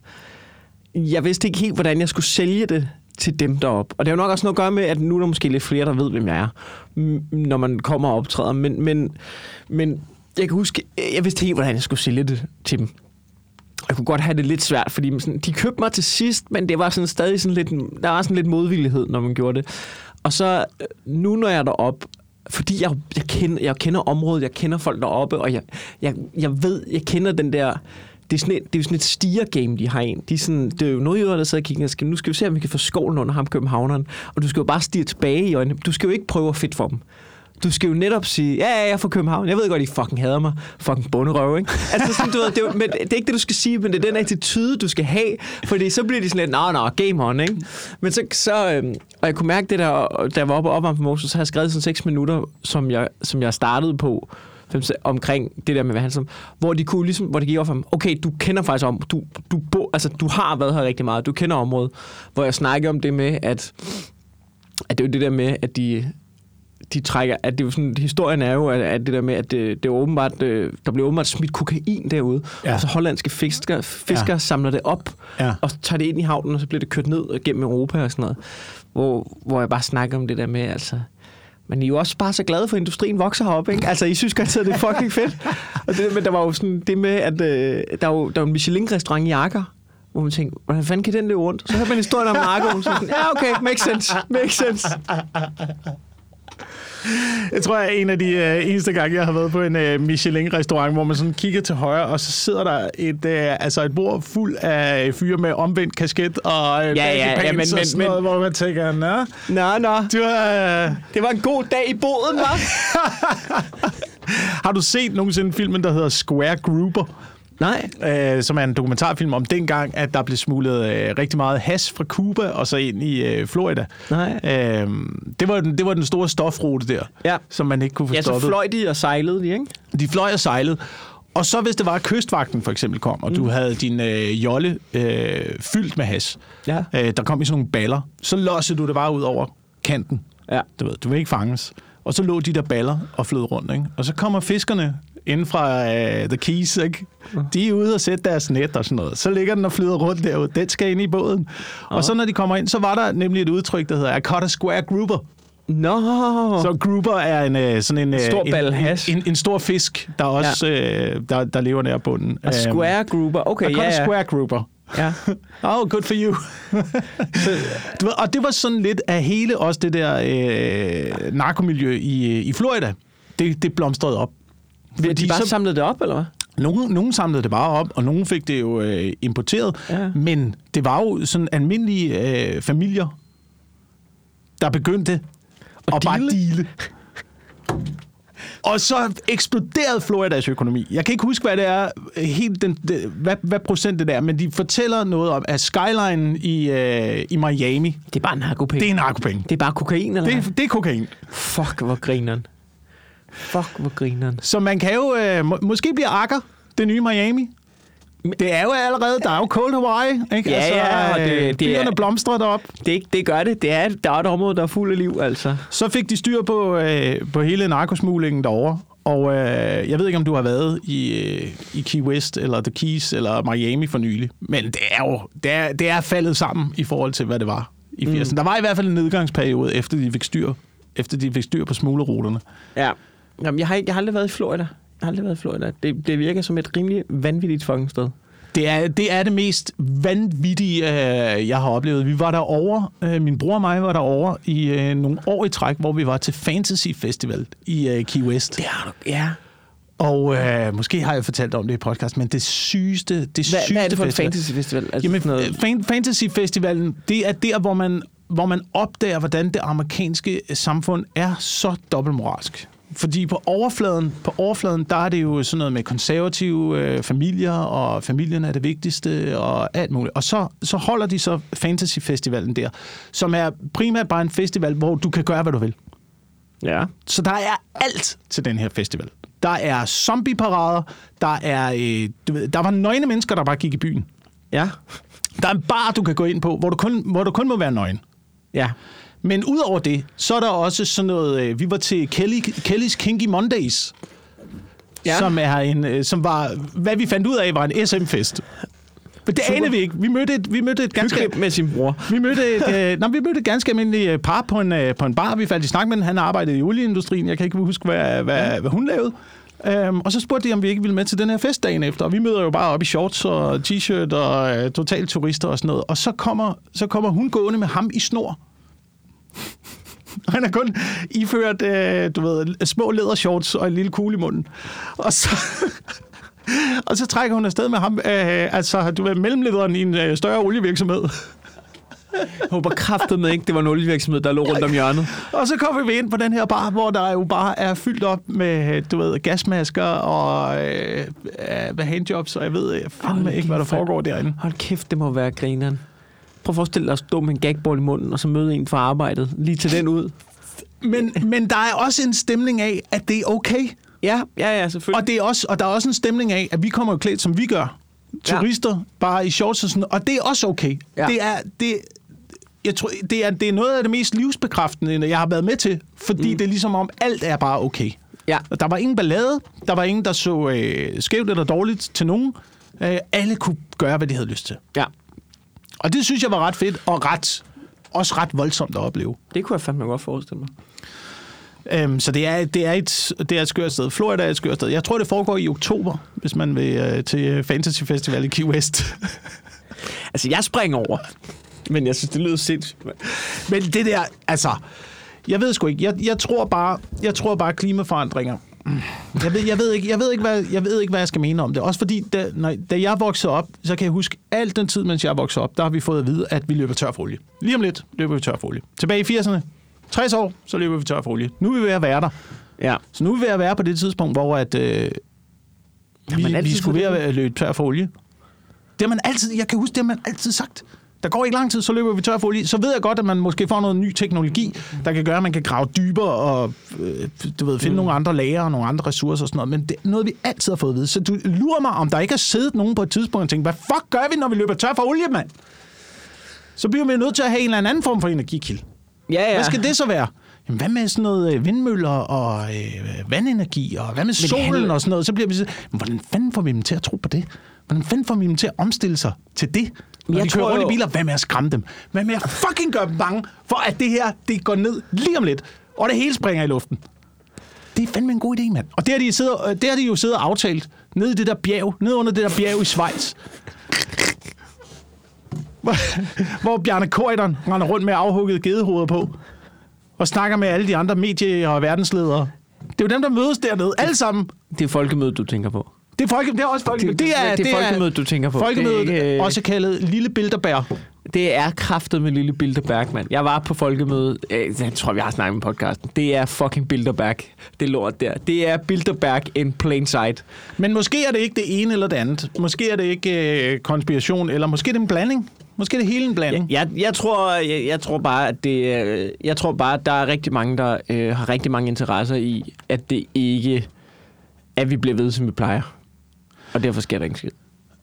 jeg vidste ikke helt, hvordan jeg skulle sælge det til dem deroppe. Og det har jo nok også noget at gøre med, at nu er der måske lidt flere, der ved, hvem jeg er, når man kommer og optræder. Men, men, men jeg kan huske, jeg vidste helt, hvordan jeg skulle sælge det til dem. Jeg kunne godt have det lidt svært, fordi sådan, de købte mig til sidst, men det var sådan stadig sådan lidt, der var sådan lidt modvillighed, når man gjorde det. Og så nu, når jeg er deroppe, fordi jeg, jeg, kender, jeg kender området, jeg kender folk deroppe, og jeg, jeg, jeg ved, jeg kender den der... Det er, sådan et, det er jo sådan et stiger-game, de har en. De er sådan, det er jo noget, der sidder og kigger, skal, nu skal vi se, om vi kan få skålen under ham, københavneren. Og du skal jo bare stige tilbage i øjnene. Du skal jo ikke prøve at fedt for dem. Du skal jo netop sige, ja, ja, jeg er fra København. Jeg ved godt, I fucking hader mig. Fucking bunderøv, ikke? Altså, sådan, du ved, det, er jo, men det er ikke det, du skal sige, men det er den attitude, du skal have. Fordi så bliver de sådan lidt, nå, nå, game on, ikke? Men så, så øhm, og jeg kunne mærke det der, da jeg var oppe og opvarme på Moses, så har jeg skrevet sådan seks minutter, som jeg, som jeg startede på, omkring det der med, hvad han som, hvor de kunne ligesom, hvor det gik op for ham, okay, du kender faktisk om, du, du, bo, altså, du har været her rigtig meget, du kender området, hvor jeg snakker om det med, at, at det er jo det der med, at de, de trækker, at det er jo sådan, historien er jo, at, at det der med, at det, det er åbenbart, der bliver åbenbart smidt kokain derude, ja. Og så hollandske fisker, fisker ja. Samler det op, ja. Og tager det ind i havnen, og så bliver det kørt ned gennem Europa og sådan noget, hvor, hvor jeg bare snakker om det der med, altså, men I er jo også bare så glade for, at industrien vokser heroppe, ikke? Altså, I synes godt, at det er fucking fedt. Og det, men der var jo sådan det med, at øh, der var der var en Michelin-restaurant i Akker, hvor man tænkte, hvordan fanden kan den løbe rundt? Så hørte man historien om narkoen, så sådan, ja, okay, makes sense, makes sense. Jeg tror, jeg er en af de øh, eneste gange, jeg har været på en øh, Michelin-restaurant, hvor man sådan kigger til højre, og så sidder der et, øh, altså et bord fuld af fyre med omvendt kasket og øh, ja, ja, ja, men, og sådan men, noget, hvor man tænker, nå, nå, nå. Du, øh... det var en god dag i boden, hva'? Har du set nogensinde filmen, der hedder Square Grouper? Nej. Øh, som er en dokumentarfilm om dengang, at der blev smuglet øh, rigtig meget hash fra Cuba og så ind i øh, Florida. Nej. Øh, det, var den, det var den store stofrute der, ja. Som man ikke kunne få ja, stoppet. Ja, så fløj de og sejlede de, ikke? De fløj og sejlede. Og så hvis det var, at kystvagten for eksempel kom, og mm. du havde din øh, jolle øh, fyldt med hash, ja. øh, der kom i sådan nogle baller, så lossede du det bare ud over kanten. Ja. Du ved, du vil ikke fanges. Og så lå de der baller og flød rundt, ikke? Og så kommer fiskerne inden fra uh, The Keys, ikke? De er ude og sætte deres net og sådan noget. Så ligger den og flyder rundt derude. Den skal ind i båden. Uh-huh. Og så når de kommer ind, så var der nemlig et udtryk, der hedder I caught a square grouper. No. Så grouper er en uh, sådan en, uh, stor en, en, en, en stor fisk, der også ja. uh, der, der lever nær bunden. A square grouper, okay, I caught ja, a square grouper. Ja. Oh, good for you. du ved, og det var sådan lidt af hele også det der øh, narkomiljø i, i Florida. Det, det blomstrede op. Fordi de bare så samlede det op, eller hvad? Nogen, nogen samlede det bare op, og nogen fik det jo øh, importeret. Ja. Men det var jo sådan almindelige øh, familier, der begyndte og at bare deale. Og så eksploderede Floridas økonomi. Jeg kan ikke huske, hvad det er, helt den, det, hvad, hvad procent det er, men de fortæller noget om, at skyline i, øh, i Miami... Det er bare narkopenge. Det er narkopenge. Det er bare kokain, eller det, det er kokain. Fuck, hvor grineren. Fuck, hvor grineren. Så man kan jo... Øh, må, måske bliver Akker det nye Miami. Det er jo allerede, der er jo Cold Hawaii, ikke? Ja, altså, ja, og det- det dyrene er- blomstrer derop. Det, det gør det. Det er, der er et område, der er fuld af liv, altså. Så fik de styr på, øh, på hele narkosmuglingen derovre. Og øh, jeg ved ikke, om du har været i, øh, i Key West, eller The Keys, eller Miami for nylig. Men det er jo det er, det er faldet sammen i forhold til, hvad det var i firserne. Mm. Der var i hvert fald en nedgangsperiode, efter de fik styr, efter de fik styr på smuglerruterne. Ja. Jamen, jeg, har ikke, jeg har aldrig været i Florida. Jeg har aldrig været i Florida. Det, det virker som et rimelig vanvittigt fucking sted. Det er, det er det mest vanvittige, øh, jeg har oplevet. Vi var derovre, øh, min bror og mig var derovre i øh, nogle år i træk, hvor vi var til Fantasy Festival i øh, Key West. Det har du, ja. Og øh, måske har jeg fortalt om det i podcast, men det sygeste, det Hvad, sygeste hvad er det for en festival. fantasy festival? Altså Jamen, sådan noget... fan, Fantasy Festivalen, det er der, hvor man, hvor man opdager, hvordan det amerikanske samfund er så dobbeltmoralsk. Fordi på overfladen, på overfladen, der er det jo sådan noget med konservative øh, familier, og familien er det vigtigste, og alt muligt. Og så, så holder de så Fantasy Festivalen der, som er primært bare en festival, hvor du kan gøre, hvad du vil. Ja. Så der er alt til den her festival. Der er zombieparader, der er, øh, du ved, der var nøgne mennesker, der bare gik i byen. Ja. Der er en bar, du kan gå ind på, hvor du kun, hvor du kun må være nøgen. Ja. Men udover det, så er der også sådan noget... Øh, vi var til Kelly, Kelly's Kinky Mondays, ja. som, er en, øh, som var... Hvad vi fandt ud af, var en S M-fest. Men det anede vi ikke. Vi mødte et, vi mødte et ganske... Hyggeligt med sin bror. Vi mødte et, øh, nej, vi mødte et ganske almindeligt par på en, øh, på en bar. Vi faldt i snak med den. Han arbejdede i olieindustrien. Jeg kan ikke huske, hvad, hvad, ja. hvad hun lavede. Um, og så spurgte de, om vi ikke ville med til den her fest dagen efter. Og vi møder jo bare op i shorts og t-shirt og uh, totalt turister og sådan noget. Og så kommer, så kommer hun gående med ham i snor. Han er kun iført, øh, du ved, små lædershorts og en lille kugle i munden. Og så, og så trækker hun afsted med ham, øh, altså, du ved, mellemlederen i en øh, større olievirksomhed. Jeg håber kraftedeme ikke, det var en olievirksomhed, der lå rundt om hjørnet. Og så kommer vi ind på den her bar, hvor der jo bare er fyldt op med, du ved, gasmasker og øh, øh, handjobs, og jeg ved fandme ikke, hvad der foregår derinde. Hold kæft, det må være grineren. Prøv at forestille dig at stå med en gagball i munden, og så møde en fra arbejdet. Lige til den ud. Men, men der er også en stemning af, at det er okay. Ja, ja, ja, selvfølgelig. Og, det er også, og der er også en stemning af, at vi kommer jo klædt, som vi gør. Turister, ja. Bare i shorts og sådan, og det er også okay. Ja. Det er... Det, Jeg tror, det er, det er noget af det mest livsbekræftende, jeg har været med til, fordi mm. det er ligesom om, alt er bare okay. Ja. Der var ingen ballade, der var ingen, der så øh, skævt eller dårligt til nogen. Øh, alle kunne gøre, hvad de havde lyst til. Ja. Og det synes jeg var ret fedt, og ret, også ret voldsomt at opleve. Det kunne jeg fandme godt forestille mig. Øhm, så det er, det, er et, det er et skørt sted. Florida er et skørt sted. Jeg tror, det foregår i oktober, hvis man vil øh, til Fantasy Festival i Key West. Altså, jeg springer over. Men jeg synes, det lyder sindssygt. Men det der, altså... Jeg ved sgu ikke. Jeg, jeg tror bare, jeg tror bare klimaforandringer. Jeg ved, jeg ved ikke, jeg ved ikke, hvad jeg ved ikke, hvad jeg skal mene om det. Også fordi da, når, da jeg voksede op, så kan jeg huske alt den tid, mens jeg voksede op, der har vi fået at vide, at vi løber tør for olie. Lige om lidt løber vi tør for olie. Tilbage i firserne, tres år, så løber vi tør for olie. Nu er vi ved at være der. Ja. Så nu er vi ved at være på det tidspunkt, hvor at øh, vi, vi skulle ved at løbe tør for olie. Det har man altid, jeg kan huske, det har man altid sagt. Der går ikke lang tid, så løber vi tør for olie. Så ved jeg godt, at man måske får noget ny teknologi, der kan gøre, at man kan grave dybere og øh, du ved, finde mm. nogle andre lager og nogle andre ressourcer og sådan noget. Men det er noget, vi altid har fået at vide. Så du lurer mig, om der ikke har siddet nogen på et tidspunkt og tænkt, hvad fuck gør vi, når vi løber tør for olie, mand? Så bliver vi nødt til at have en eller anden form for energikilde. Ja, ja. Hvad skal det så være? Jamen, hvad med sådan noget vindmøller og øh, vandenergi, og hvad med solen handler... og sådan noget? Så bliver vi så, hvordan fanden får vi dem til at tro på det? Hvordan fanden får vi dem til at omstille sig til det? Når jeg de kører rundt jo... i biler, hvad med at skræmme dem? Hvad med at fucking gøre dem bange for, at det her, det går ned lige om lidt, og det hele springer i luften? Det er fandme en god idé, mand. Og det har de, sidder, det har de jo siddet og aftalt nede i det der bjerg, nede under det der bjerg i Schweiz. Hvor, hvor Bjarne Corydon render rundt med afhugget gedehoveder på, og snakker med alle de andre medie- og verdensledere. Det er jo dem, der mødes dernede, alle sammen. Det er folkemødet, du tænker på. Det er, folke, det er også folkemødet. Det, det, det, det, det er folkemødet, du tænker på. Folkemødet, det er ikke, også kaldet Lille Bilderberg. Det er kraftet med Lille Bilderberg, mand. Jeg var på folkemødet. Jeg tror, vi har snakket med podcasten. Det er fucking Bilderberg. Det er lort der. Det er Bilderberg in plain sight. Men måske er det ikke det ene eller det andet. Måske er det ikke øh, konspiration, eller måske er det en blanding. Måske er det hele en blanding. Jeg, jeg, tror, jeg, jeg tror bare, at det, øh, jeg tror bare, at der er rigtig mange, der øh, har rigtig mange interesser i, at det ikke, at vi bliver ved, som vi plejer. Og derfor sker der ikke skid.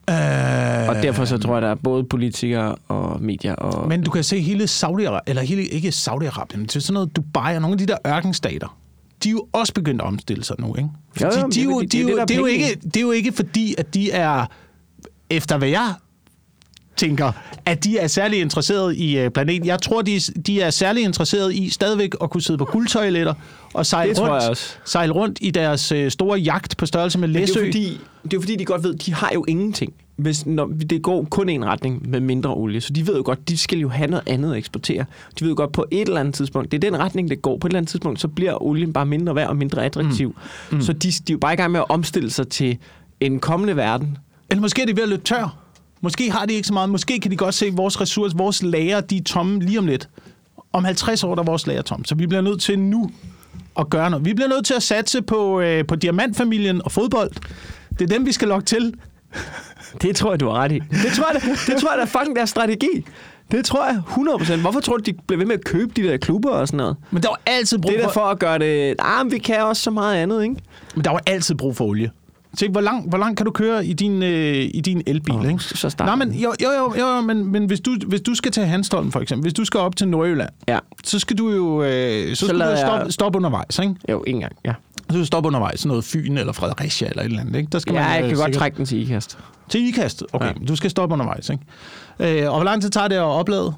Øh, og derfor så tror jeg, der er både politikere og medier. Og men du kan se hele Saudi-Arabien, eller hele, ikke Saudi-Arabien, det er sådan noget Dubai og nogle af de der ørkenstater. De er jo også begyndt at omstille sig nu, ikke? Fordi jo, jo, de, jo, det, de, det, de, det, det, er jo penge. ikke, det er jo ikke fordi, at de er, efter hvad jeg tænker, at de er særlig interesseret i uh, planeten. Jeg tror, de, de er særlig interesseret i stadigvæk at kunne sidde på guldtoiletter og sejle det rundt, sejle rundt i deres uh, store jagt på størrelse med Læsø. Det er, fordi, det er fordi, de godt ved, de har jo ingenting. Hvis, når det går kun en retning med mindre olie, så de ved jo godt, de skal jo have noget andet at eksportere. De ved jo godt, på et eller andet tidspunkt, det er den retning, det går. På et eller andet tidspunkt, så bliver olien bare mindre værd og mindre attraktiv. Mm. Mm. Så de, de er jo bare i gang med at omstille sig til en kommende verden. Eller måske er de ved at løbe tør. Måske har de ikke så meget. Måske kan de godt se, at vores ressourcer, vores lager, de er tomme lige om lidt. Om halvtreds år der er vores lager tomme. Så vi bliver nødt til nu at gøre noget. Vi bliver nødt til at satse på, øh, på diamantfamilien og fodbold. Det er dem, vi skal lokke til. Det tror jeg, du har ret i. Det tror jeg, det, det tror jeg, der er fucking deres strategi. Det tror jeg hundrede procent. Hvorfor tror du, de bliver ved med at købe de der klubber og sådan noget? Men der var altid brug for... Det er for... for at gøre det... Ah, men vi kan også så meget andet, ikke? Men der var altid brug for olie. Tænk, hvor langt hvor lang kan du køre i din, øh, i din elbil, oh, ikke? Så starter. Nej, men jo, jo, jo, jo men, men hvis, du, hvis du skal til Hanstholm, for eksempel, hvis du skal op til Nordjylland, ja. så skal du jo, øh, så så skal du jeg... stoppe stop undervejs, ikke? Jo, ikke engang, ja. Så skal du stoppe undervejs, sådan noget Fyn eller Fredericia eller et eller andet, ikke? Der skal ja, man, jeg kan øh, godt sikkert... trække den til Ikast. Til Ikast? Okay, ja. Du skal stoppe undervejs, ikke? Øh, og hvor lang tid tager det at oplade?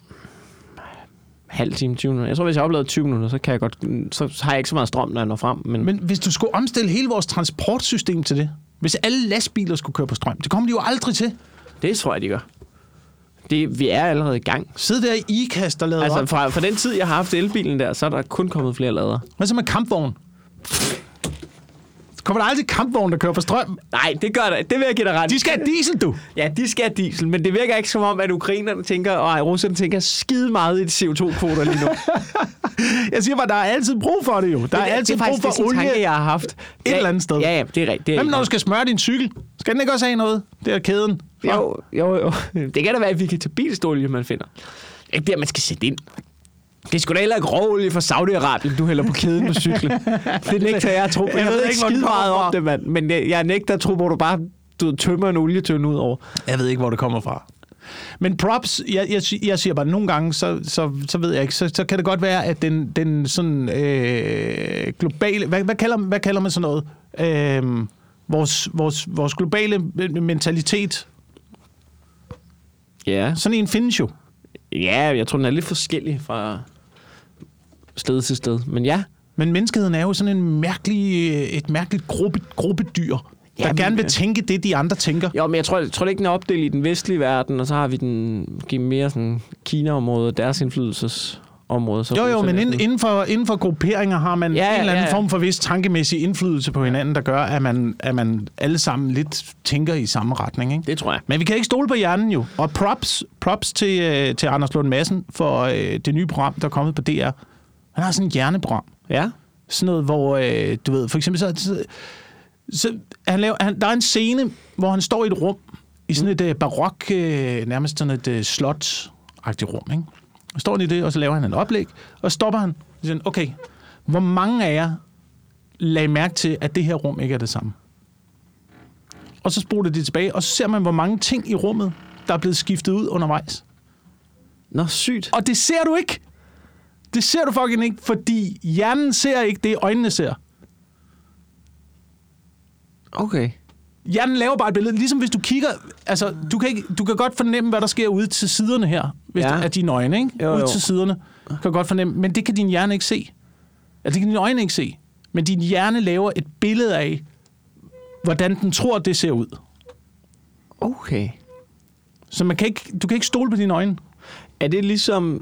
Halv time, tyve minutter. Jeg tror, hvis jeg oplader tyve minutter, så, kan jeg godt, så har jeg ikke så meget strøm, når jeg når frem. Men... men hvis du skulle omstille hele vores transportsystem til det, hvis alle lastbiler skulle køre på strøm, det kommer de jo aldrig til. Det tror jeg, de gør. Det, vi er allerede i gang. Sidde der i Ikast og lader altså, op. Fra, fra den tid, jeg har haft elbilen der, så er der kun kommet flere lader. Hvad så med kampvogn? Kommer der altid kampvogn, der kører på strøm? Nej, det gør der. Det vil jeg give dig ret. De skal have diesel, du! Ja, de skal have diesel, men det virker ikke som om, at ukrainerne tænker, og russerne tænker skide meget i de C O to kvoter lige nu. Jeg siger bare, der er altid brug for det jo. Der det, er altid det er brug for det er olie tanke, jeg har haft. Et ja, eller andet sted. Ja, ja, det er rigtigt. Hvem når du skal smøre din cykel? Skal den ikke også have noget? Det er kæden. For. Jo, jo, jo. Det kan da være, at vi kan tage bilstolie, man finder. Ikke der, man skal sætte ind. Det er sgu da heller ikke råolie fra Saudi-Arabien, du hælder på kæden på cyklen. Det nægter jeg at tro på. Jeg, jeg ved ikke skide meget om det, mand. Men jeg, jeg nægter at tro på, at du bare du tømmer en olietønde ud over. Jeg ved ikke, hvor det kommer fra. Men props, jeg, jeg, jeg siger bare, nogle gange, så, så, så ved jeg ikke, så, så kan det godt være, at den, den sådan øh, globale, hvad, hvad, kalder, hvad kalder man sådan noget? Øh, vores, vores, vores globale mentalitet. Ja. Sådan en findes jo. Ja, jeg tror, den er lidt forskellig fra sted til sted, men ja. Men menneskeheden er jo sådan en mærkelig, et mærkeligt gruppe, gruppedyr, der ja, gerne vil tænke det, de andre tænker. Jo, men jeg tror, jeg tror ikke, den er opdelt i den vestlige verden, og så har vi den mere sådan Kina-område, deres indflydelsesområde. Så jo, jo, men inden, inden, for, inden for grupperinger har man ja, en eller anden ja, ja. form for vis tankemæssig indflydelse på hinanden, der gør, at man, at man alle sammen lidt tænker i samme retning. Ikke? Det tror jeg. Men vi kan ikke stole på hjernen jo. Og props, props til, til Anders Lund Madsen for øh, det nye program, der er kommet på D R. Han har sådan et hjerneprogram. Ja. Sådan noget, hvor, øh, du ved, for eksempel så... så Så han laver, han, der er en scene, hvor han står i et rum, i sådan et mm. barok, øh, nærmest sådan et øh, slot-agtigt rum, ikke? Og står han i det, og så laver han en oplæg, og stopper han, og siger, okay, hvor mange af jer lagde mærke til, at det her rum ikke er det samme? Og så spoler de tilbage, og så ser man, hvor mange ting i rummet, der er blevet skiftet ud undervejs. Nå, sygt. Og det ser du ikke! Det ser du fucking ikke, fordi hjernen ser ikke det, øjnene ser. Okay. Hjernen laver bare et billede, ligesom hvis du kigger, altså, du kan, ikke, du kan godt fornemme, hvad der sker ude til siderne her, hvis ja. det er dine øjne, ikke? Jo, ude jo. til siderne, kan du godt fornemme, men det kan din hjerne ikke se. Altså, det kan dine øjne ikke se, men din hjerne laver et billede af, hvordan den tror, det ser ud. Okay. Så man kan ikke, du kan ikke stole på dine øjne. Er det ligesom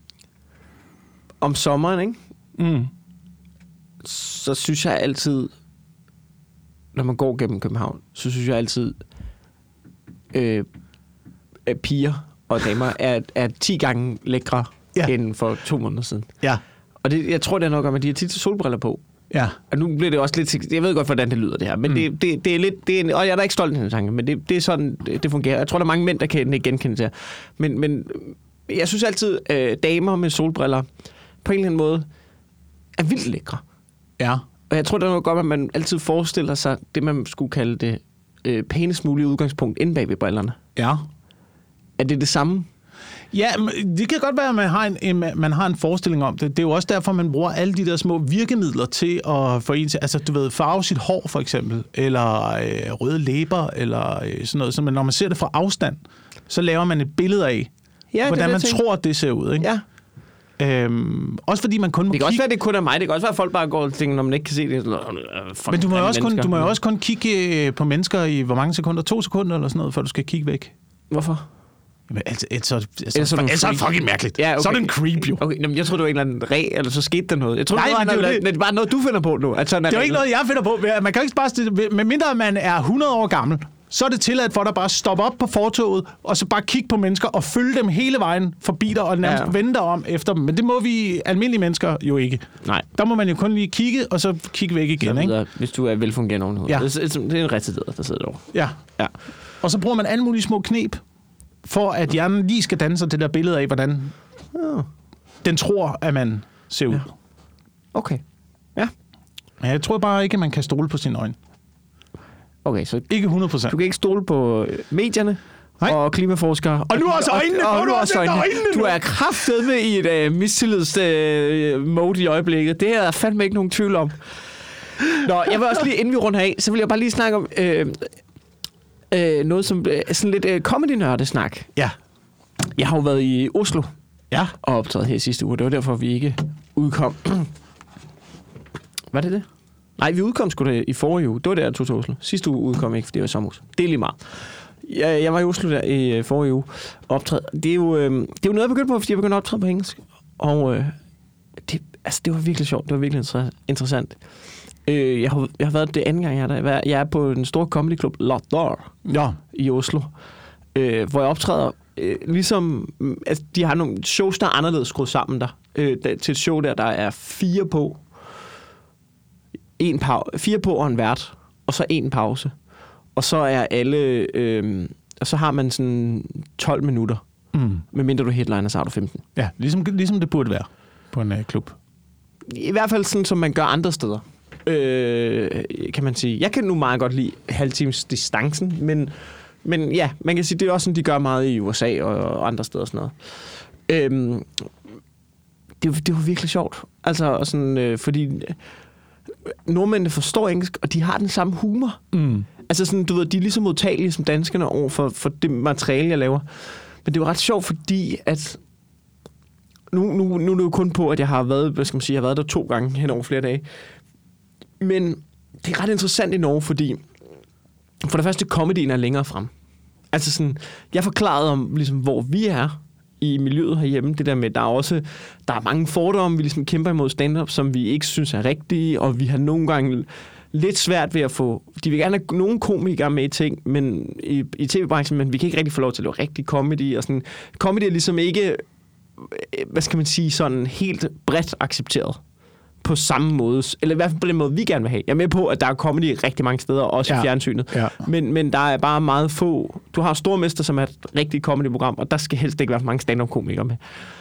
om sommeren, ikke? Mm. Så synes jeg altid, når man går gennem København, så synes jeg altid, øh, at piger og damer er, er ti gange lækre ja. end for to måneder siden. Ja. Og det, jeg tror, det er nok om, at de har tit solbriller på. Ja. Og nu bliver det også lidt... Jeg ved godt, hvordan det lyder, det her. Men mm. det, det, det er lidt... Det er en, og jeg er da ikke stolt af den tanke, men det, det er sådan, det, det fungerer. Jeg tror, der er mange mænd, der kan ikke genkende det her. Men, men jeg synes altid, øh, damer med solbriller på en eller anden måde er vildt lækre. Ja. Og jeg tror, det er noget godt, at man altid forestiller sig det, man skulle kalde det øh, pænest mulige udgangspunkt inde bag ved brillerne. Ja. Er det det samme? Ja, det kan godt være, at man har en, en, man har en forestilling om det. Det er jo også derfor, man bruger alle de der små virkemidler til at få en til, altså du ved, farve sit hår for eksempel, eller øh, røde læber, eller øh, sådan noget. Så man, når man ser det fra afstand, så laver man et billede af, ja, hvordan det, man det, tror, at det ser ud. Ikke? Ja. Øhm, også fordi man kun må det kan kigge... også være, at det kun er mig. Det kan også være, at folk bare går og tænker, når man ikke kan se det. Men du må jo også, kun, du må jo også kun kigge på mennesker i hvor mange sekunder? To sekunder eller sådan noget, før du skal kigge væk. Hvorfor? Men altså, altså, altså, Ellers er, altså, er det fucking mærkeligt. Ja, okay. Så er det en creep, jo. Okay, jamen, jeg tror det var en eller anden regel, eller så skete der noget. Jeg tror, Nej, det, var men det, noget, det, det er bare noget, du finder på nu. Altså, det er jo ikke noget, jeg finder på. Man kan ikke bare stille, medmindre man er hundrede år gammel, så er det tilladt for dig bare at stoppe op på fortovet, og så bare kigge på mennesker og følge dem hele vejen forbi dig, og nærmest ja. vende dig om efter dem. Men det må vi almindelige mennesker jo ikke. Nej. Der må man jo kun lige kigge, og så kigge væk igen, så videre, ikke? Hvis du er velfungerende ovenhovedet. Ja. Det, er, det er en retarderet, der sidder derovre. Ja. ja. Og så bruger man alle mulige små knep, for at hjernen lige skal danne sig det der billede af, hvordan ja. den tror, at man ser ud. Ja. Okay. Ja. Men jeg tror bare ikke, at man kan stole på sine øjne. Okay, så ikke hundrede procent. Du kan ikke stole på medierne Nej. og klimaforskere. Og nu også øjnene! Og, og, og nu også øjnene. øjnene. Du er kraftedme i et uh, mistillids-mode uh, i øjeblikket. Det er der fandme ikke nogen tvivl om. Nå, jeg vil også lige, inden vi runder af, så vil jeg bare lige snakke om øh, øh, noget som øh, sådan lidt øh, comedy-nørdesnak. Ja. Jeg har jo været i Oslo ja. og optaget her sidste uge. Det var derfor, vi ikke udkom. Var det det? Nej, vi udkom sgu da i forrige uge. Det var der, jeg tog til Oslo. Sidste uge udkom ikke, fordi det var sommerhus. Det er lige meget. Jeg, jeg var i Oslo der i forrige uge optræde. Det er jo, øh, det er jo noget, jeg begyndte på, fordi jeg begyndte at optræde på engelsk. Og øh, det, altså, det var virkelig sjovt. Det var virkelig interessant. Øh, jeg, har, jeg har været det anden gang, jeg er der. Jeg er på den store comedyklub Latter ja. i Oslo, øh, hvor jeg optræder. Øh, ligesom, altså, de har nogle shows, der er anderledes skruet sammen der. Øh, der til et show der, der er fire på. En pause, fire på og en vært, og så en pause. Og så er alle, øh, og så har man sådan tolv minutter. Mm. Medmindre du headliner, så har du femten. Ja, ligesom, ligesom det burde være på en uh, klub. I hvert fald sådan, som man gør andre steder. Øh, kan man sige. Jeg kan nu meget godt lide halvtimes distancen, men, men ja, man kan sige, det er også sådan, de gør meget i U S A og, og andre steder og sådan noget. Øh, det, det var virkelig sjovt. Altså, sådan, øh, fordi nordmændene forstår engelsk, og de har den samme humor. Mm. Altså sådan, du ved, de er lige så modtagelige som danskerne over for, for det materiale, jeg laver. Men det var ret sjovt, fordi at nu, nu, nu er det jo kun på, at jeg har været, hvad skal man sige, jeg har været der to gange hen over flere dage. Men det er ret interessant i Norge, fordi for det første, comedyen er længere frem. Altså sådan, jeg forklarede om, ligesom, hvor vi er i miljøet herhjemme, det der med, der er også, der er mange fordomme, vi ligesom kæmper imod stand-up, som vi ikke synes er rigtige, og vi har nogle gange lidt svært ved at få, de vil gerne have nogle komikere med i ting, men i, i tv-branchen, men vi kan ikke rigtig få lov til at lave rigtig comedy, og sådan, comedy er ligesom ikke, hvad skal man sige, sådan helt bredt accepteret på samme måde, eller i hvert fald på den måde, vi gerne vil have. Jeg er med på, at der er comedy rigtig mange steder, også ja. i fjernsynet. Ja. Men, men der er bare meget få. Du har Stormester, som er et rigtigt comedy-program, og der skal helst ikke være for mange stand-up-komikere med.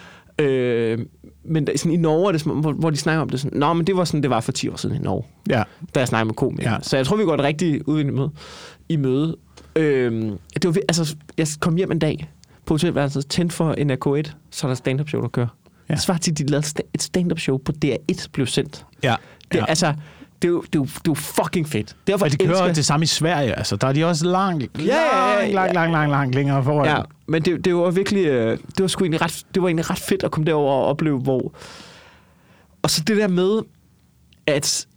Øh, men sådan, i Norge er det, hvor, hvor de snakker om det sådan, nå, men det var sådan, det var for ti år siden i Norge, ja. da jeg snakkede med komikere. Ja. Så jeg tror, vi går et rigtigt udvikling i møde. Øh, det var, altså, jeg kom hjem en dag på hotelværelset, tændt for N R K et, så er der stand-up-show, der kører. Ja. Det svarer til, at de lavede et stand-up show på D R et blev sendt. Ja. Det, ja. Altså, det er, jo, det, er jo, det er jo fucking fedt. Derfor, de kører elsker... det samme i Sverige. Altså, der er de også langt, ja, ja, ja, langt, langt, langt, langt længere foran. Ja, men det, det var virkelig, det var sgu egentlig ret, det var egentlig ret fedt at komme derover og opleve, hvor... Og så det der med, at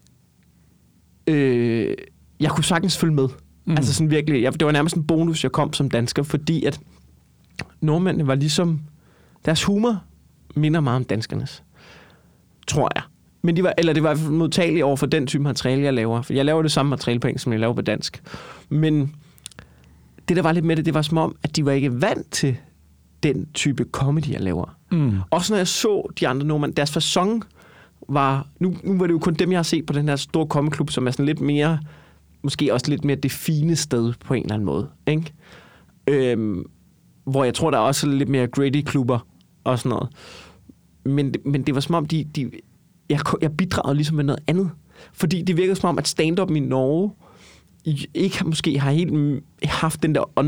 øh, jeg kunne sagtens følge med. Mm. Altså sådan virkelig, jeg, det var nærmest en bonus, jeg kom som dansker, fordi at nordmændene var ligesom, deres humor minder meget om danskernes, tror jeg. Men de var, eller det var modtagelige over for den type materiale, jeg laver. For jeg laver det samme materiale på engelsk, som jeg laver på dansk. Men det, der var lidt med det, det var som om, at de var ikke vant til den type comedy, jeg laver. Mm. Også når jeg så de andre nordmænd, deres facon var... Nu, nu var det jo kun dem, jeg har set på den her store comedyklub, som er sådan lidt mere... Måske også lidt mere det fine sted på en eller anden måde. Ikke? Øhm, hvor jeg tror, der er også lidt mere gritty klubber og sådan noget. Men, men det var som om, de... de jeg, jeg bidragede ligesom med noget andet. Fordi det virkede som om, at stand-up i Norge ikke måske har helt haft den der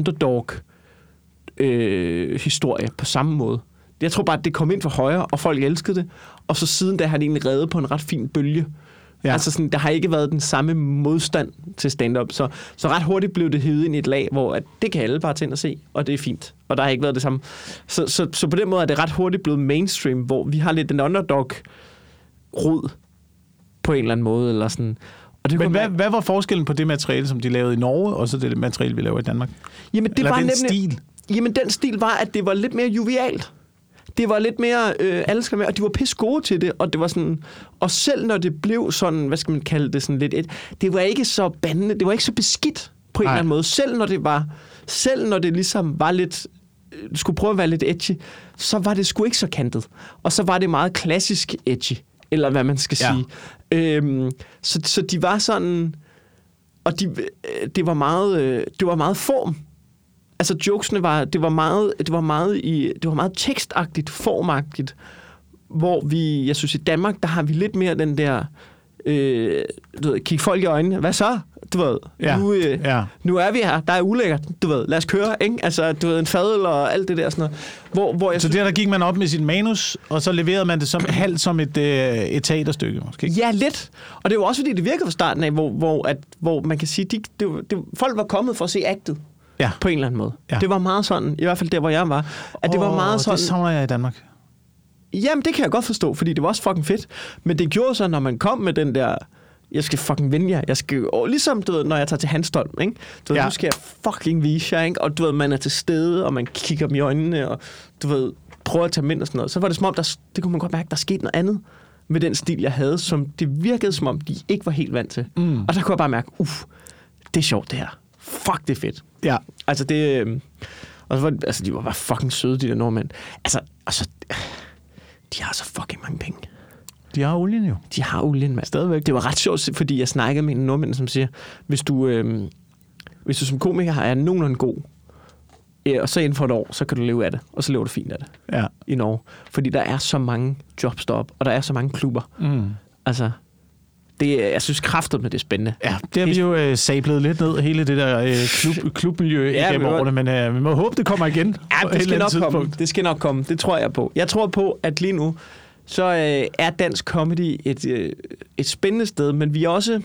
underdog-historie øh, på samme måde. Jeg tror bare, at det kom ind for højre, og folk elskede det, og så siden da har det egentlig reddet på en ret fin bølge. Ja. Altså sådan, der har ikke været den samme modstand til stand-up, så, så ret hurtigt blev det hævet ind i et lag, hvor at det kan alle bare tænde og se, og det er fint. Og der har ikke været det samme. Så, så, så på den måde er det ret hurtigt blevet mainstream, hvor vi har lidt den underdog-rod på en eller anden måde, eller sådan. Og det Men hvad, være... hvad var forskellen på det materiale, som de lavede i Norge, og så det materiale, vi laver i Danmark? Jamen, det eller var den nemlig... stil? Jamen, den stil var, at det var lidt mere jovialt. Det var lidt mere, øh, alle skal med, og de var pisse gode til det, og det var sådan, og selv når det blev sådan, hvad skal man kalde det, sådan lidt, et, det var ikke så bandende, det var ikke så beskidt på en Nej. eller anden måde, selv når det var, selv når det ligesom var lidt, øh, skulle prøve at være lidt edgy, så var det sgu ikke så kantet, og så var det meget klassisk edgy, eller hvad man skal ja. sige. Øhm, så, så de var sådan, og de, øh, det var meget, øh, det var meget form. Altså jokesene var, det var meget, det var meget i, det var meget tekstagtigt, formagtigt, hvor vi, jeg synes i Danmark, der har vi lidt mere den der, øh, du ved, kig folk i øjnene, hvad så? Du ved, ja. nu, øh, ja. nu er vi her, der er ulækkert, du ved, lad os køre, ikke? Altså, du ved, en fadøl og alt det der sådan noget. Hvor, hvor jeg så synes, der, der gik man op med sit manus, og så leverede man det som halvt som et, øh, et teaterstykke, måske? Ja, lidt. Og det var også fordi, det virkede fra starten af, hvor, hvor, at, hvor man kan sige, de, det, det, folk var kommet for at se actet. Ja. På en eller anden måde. Ja. Det var meget sådan, i hvert fald der, hvor jeg var, at det oh, var meget sådan... det savner jeg i Danmark. Jamen, det kan jeg godt forstå, fordi det var også fucking fedt. Men det gjorde så, når man kom med den der, jeg skal fucking vinde jer. Jeg skal, og ligesom, du ved, når jeg tager til Hanstholm, ikke? Du ved, ja. Nu skal jeg fucking vise jer, ikke? Og du ved, man er til stede, og man kigger dem i øjnene, og du ved, prøver at tage med og sådan noget. Så var det som om, der, det kunne man godt mærke, der skete noget andet med den stil, jeg havde, som det virkede som om, de ikke var helt vant til. Mm. Og der kunne jeg bare mærke, uff, det er sjovt det her. Fuck, det er fedt. Ja. Altså, det... Øh, og så var det, altså, de var bare fucking søde, de der nordmænd. Altså, altså, de har så fucking mange penge. De har olien jo. De har olien, mand. Stadigvæk. Det var ret sjovt, fordi jeg snakkede med en nordmænd, som siger, hvis du, øh, hvis du som komiker har er nogenlunde god, øh, og så inden for et år, så kan du leve af det, og så lever du fint af det ja. i Norge. Fordi der er så mange jobs deroppe, og der er så mange klubber. Mm. Altså... Det, jeg synes kraftigt med det er spændende. Ja, det har vi jo øh, sablet lidt ned, hele det der øh, klub, klubmiljø ja, igennem årene, men øh, vi må håbe, det kommer igen. Ja, det skal nok komme. Det skal nok komme. Det tror jeg på. Jeg tror på, at lige nu, så øh, er dansk comedy et, øh, et spændende sted, men vi er også...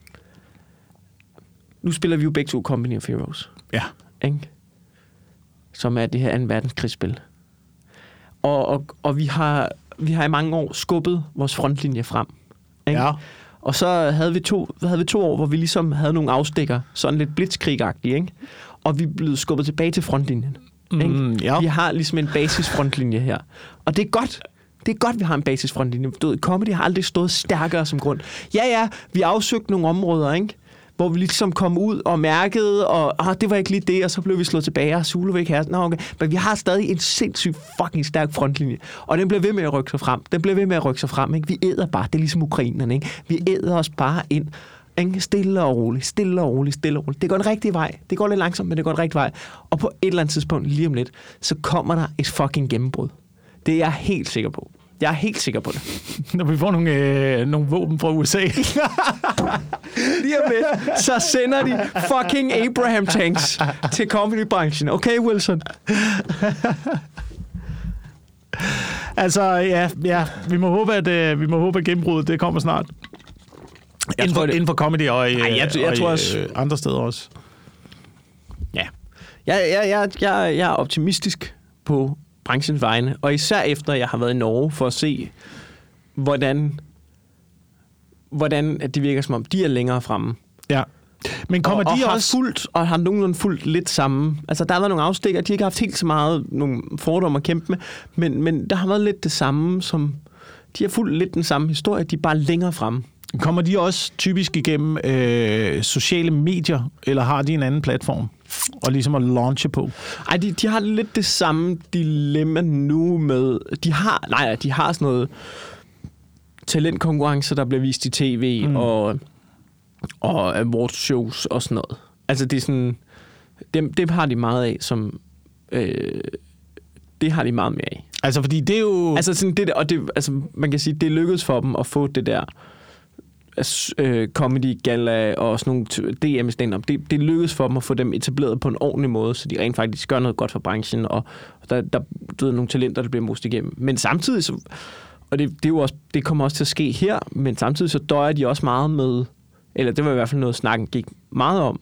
Nu spiller vi jo begge to Company of Heroes. Ja. Ikke? Som er det her anden verdenskrigsspil. Og, og, og vi, har, vi har i mange år skubbet vores frontlinje frem. Ikke? Ja. Og så havde vi, to, havde vi to år, hvor vi ligesom havde nogle afstikker, sådan lidt blitzkrig-agtige, ikke? Og vi blev skubbet tilbage til frontlinjen. Ikke? Mm, ja. Vi har ligesom en basisfrontlinje her. Og det er godt. Det er godt, vi har en basisfrontlinje. Du ved, comedy har aldrig stået stærkere som grund. Ja, ja, vi afsøgte nogle områder, ikke? Hvor vi ligesom kom ud og mærkede, og ah, det var ikke lige det, og så blev vi slået tilbage, og Zulu var ikke her. Nå, okay. Men vi har stadig en sindssygt fucking stærk frontlinje, og den bliver ved med at rykke sig frem. Den bliver ved med at rykke sig frem, ikke? Vi æder bare, det er ligesom ukrainerne, ikke? Vi æder os bare ind, ikke? Stille og roligt, stille og roligt, stille og roligt. Det går den rigtige vej. Det går lidt langsomt, men det går den rigtige vej. Og på et eller andet tidspunkt, lige om lidt, så kommer der et fucking gennembrud. Det er jeg helt sikker på. Jeg er helt sikker på det. Når vi får nogle, øh, nogle våben fra U S A. Lige om lidt, så sender de fucking Abraham tanks til comedybranchen. Okay, Wilson? altså, ja, ja, vi må håbe, at, øh, vi må håbe, at gennembruddet det kommer snart. Jeg inden, for, det... inden for comedy og, øh, Ej, jeg, jeg og tror også... øh, andre steder også. Ja. Jeg, jeg, jeg, jeg, jeg er optimistisk på branchens vegne, og især efter, jeg har været i Norge for at se, hvordan, hvordan det virker som om, de er længere fremme. Ja. Men kommer og, de og også... Har fulgt, og har nogenlunde fulgt lidt samme. Altså, der har været nogle afstikker, de har ikke haft helt så meget nogle fordomme at kæmpe med, men, men der har været lidt det samme, som... De har fulgt lidt den samme historie, de er bare længere fremme. Kommer de også typisk igennem øh, sociale medier, eller har de en anden platform? Og ligesom at launche på? Ej, de, de har lidt det samme dilemma nu med... De har, nej, de har sådan noget talentkonkurrence, der bliver vist i tv, mm. og, og awardshows og sådan noget. Altså, det er sådan... Dem, dem har de meget af, som... Øh, det har de meget mere af. Altså, fordi det er jo... Altså, sådan det der, og det, altså, man kan sige, det lykkedes for dem at få det der øh, comedy gala og sådan nogle D M stand-up. Det, det lykkedes for dem at få dem etableret på en ordentlig måde, så de rent faktisk gør noget godt for branchen, og der, der er nogle talenter, der bliver most igennem. Men samtidig, så, og det, det, er jo også, det kommer også til at ske her, men samtidig så døjer de også meget med, eller det var i hvert fald noget, snakken gik meget om,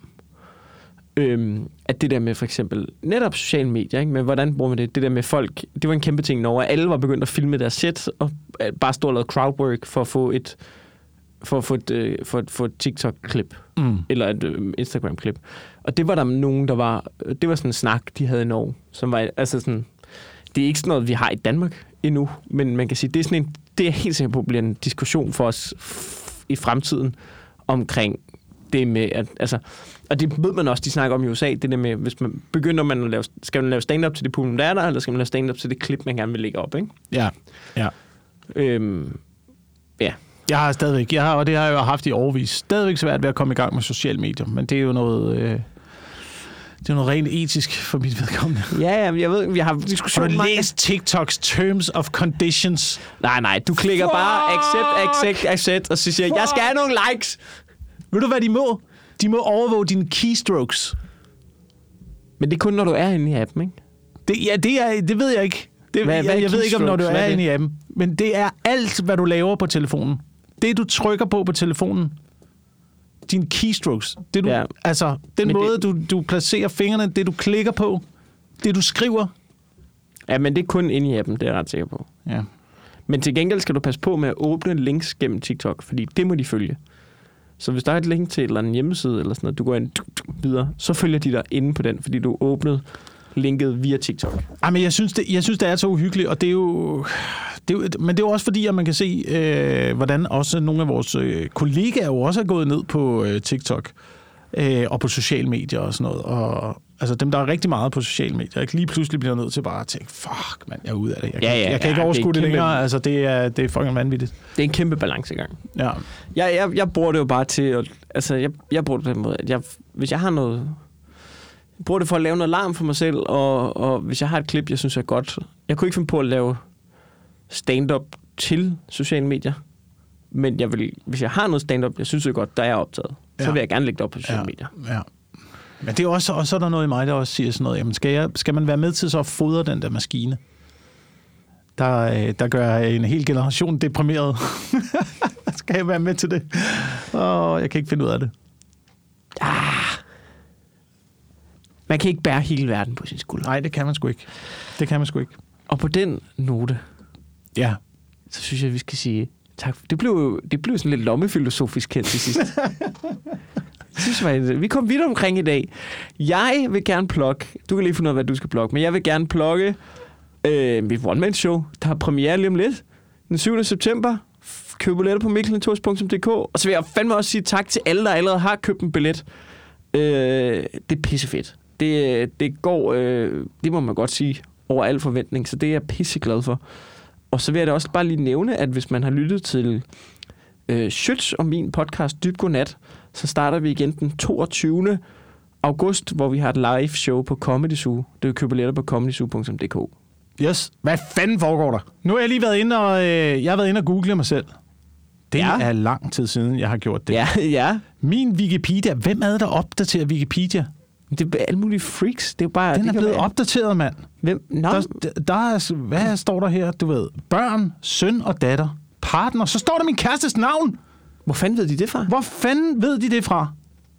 øhm, at det der med for eksempel netop sociale medier, ikke? Men hvordan bruger man det? Det der med folk, det var en kæmpe ting over, at alle var begyndt at filme deres set, og bare stå og lave crowdwork for at få et for at få et, øh, for et, for et TikTok-klip, mm. eller et øh, Instagram-klip. Og det var der nogen, der var, det var sådan en snak, de havde i Norge, som var, altså sådan, det er ikke sådan noget, vi har i Danmark endnu, men man kan sige, det er sådan en, det er helt sikkert på at blive en diskussion for os f- i fremtiden, omkring det med, at, altså, og det ved man også, de snakker om i U S A, det der med, hvis man begynder man at lave, skal man lave stand-up til det publikum, der er der, eller skal man lave stand-up til det klip, man gerne vil lægge op, ikke? Ja, ja. Øhm, ja. Jeg har stadigvæk, jeg har, og det har jeg jo haft i årevis, stadigvæk svært ved at komme i gang med sociale medier, men det er jo noget, øh, det er noget rent etisk for mit vedkommende. Ja, ja, jeg ved, vi har diskussioner. Har du læst TikToks Terms of Conditions? Nej, nej, du klikker Fuck! bare accept, accept, accept, og så siger jeg, jeg skal have nogle likes. Ved du, hvad de må? De må overvåge dine keystrokes. Men det er kun, når du er inde i appen, ikke? Det, ja, det, er, det ved jeg ikke. Det, hvad, jeg hvad jeg ved ikke, om når du er inde i appen. Men det er alt, hvad du laver på telefonen. Det, du trykker på på telefonen. Dine keystrokes. Det, du, ja. Altså, den men måde, det... du, du placerer fingrene, det, du klikker på, det, du skriver. Ja, men det er kun inde i appen, det er jeg ret sikker på. Ja. Men til gengæld skal du passe på med at åbne links gennem TikTok, fordi det må de følge. Så hvis der er et link til et eller andet hjemmeside, eller sådan noget, du går ind videre, så følger de dig inde på den, fordi du åbnede linket via TikTok. Ej, men jeg synes, det, jeg synes, det er så uhyggeligt, og det er jo... Det er jo, men det er jo også fordi, at man kan se, øh, hvordan også nogle af vores øh, kollegaer jo også er gået ned på øh, TikTok øh, og på sociale medier og sådan noget. Og, altså dem, der er rigtig meget på sociale medier, ikke? Lige pludselig bliver nødt til bare at tænke, fuck, mand, jeg er ude af det. Jeg kan, ja, ja, jeg kan ja, ikke overskue det, det længere. Kæmpe... Altså, det er, det er fucking vanvittigt. Det er en kæmpe balancegang. Ja. Jeg, jeg, jeg bruger det jo bare til... At, altså, jeg, jeg bruger det på den måde, at jeg, hvis jeg har noget... Jeg bruger det for at lave noget larm for mig selv, og, og hvis jeg har et klip, jeg synes er godt... Jeg kunne ikke finde på at lave stand-up til sociale medier, men jeg vil, hvis jeg har noget stand-up, jeg synes det er godt, der er optaget, ja. Så vil jeg gerne lægge det op på sociale ja. medier. Ja. Men det er også, og så er der noget i mig, der også siger sådan noget, jamen skal, jeg, skal man være med til så at fodre den der maskine, der, der gør en hel generation deprimeret? Skal jeg være med til det? Åh, jeg kan ikke finde ud af det. Ah. Man kan ikke bære hele verden på sin skulder. Nej, det kan man sgu ikke. Det kan man sgu ikke. Og på den note, ja, så synes jeg, vi skal sige tak. Det blev jo det blev sådan lidt lommefilosofisk her til sidst. synes jeg, vi kom vidt omkring i dag. Jeg vil gerne plukke, du kan lige finde ud af, hvad du skal plukke, men jeg vil gerne plukke øh, mit one-man-show, der har premiere lige om lidt, den syvende september. Køb billetter på mikkelnetours punktum d k, og så vil jeg fandme også sige tak til alle, der allerede har købt en billet. Øh, det er pissefedt. Det, det går, øh, det må man godt sige, over al forventning, så det er jeg pisseglad for. Og så vil jeg da også bare lige nævne, at hvis man har lyttet til øh, Schütz og min podcast Dyb Godnat, så starter vi igen den toogtyvende august, hvor vi har et live show på Comedy Zoo. Det vil købe billetter på comedy zoo punktum d k. Yes. Hvad fanden foregår der? Nu har jeg lige været inde og, øh, jeg har været inde og google mig selv. Det ja. er lang tid siden, jeg har gjort det. Ja, ja. Min Wikipedia, hvem er det, der opdaterer Wikipedia? Det er alle mulige freaks. Det er bare, Den det er blevet være... opdateret, mand. Hvem? No. Der, der er, hvad står der her? Du ved, børn, søn og datter, partner. Så står der min kærestes navn. Hvor fanden ved de det fra? Hvor fanden ved de det fra?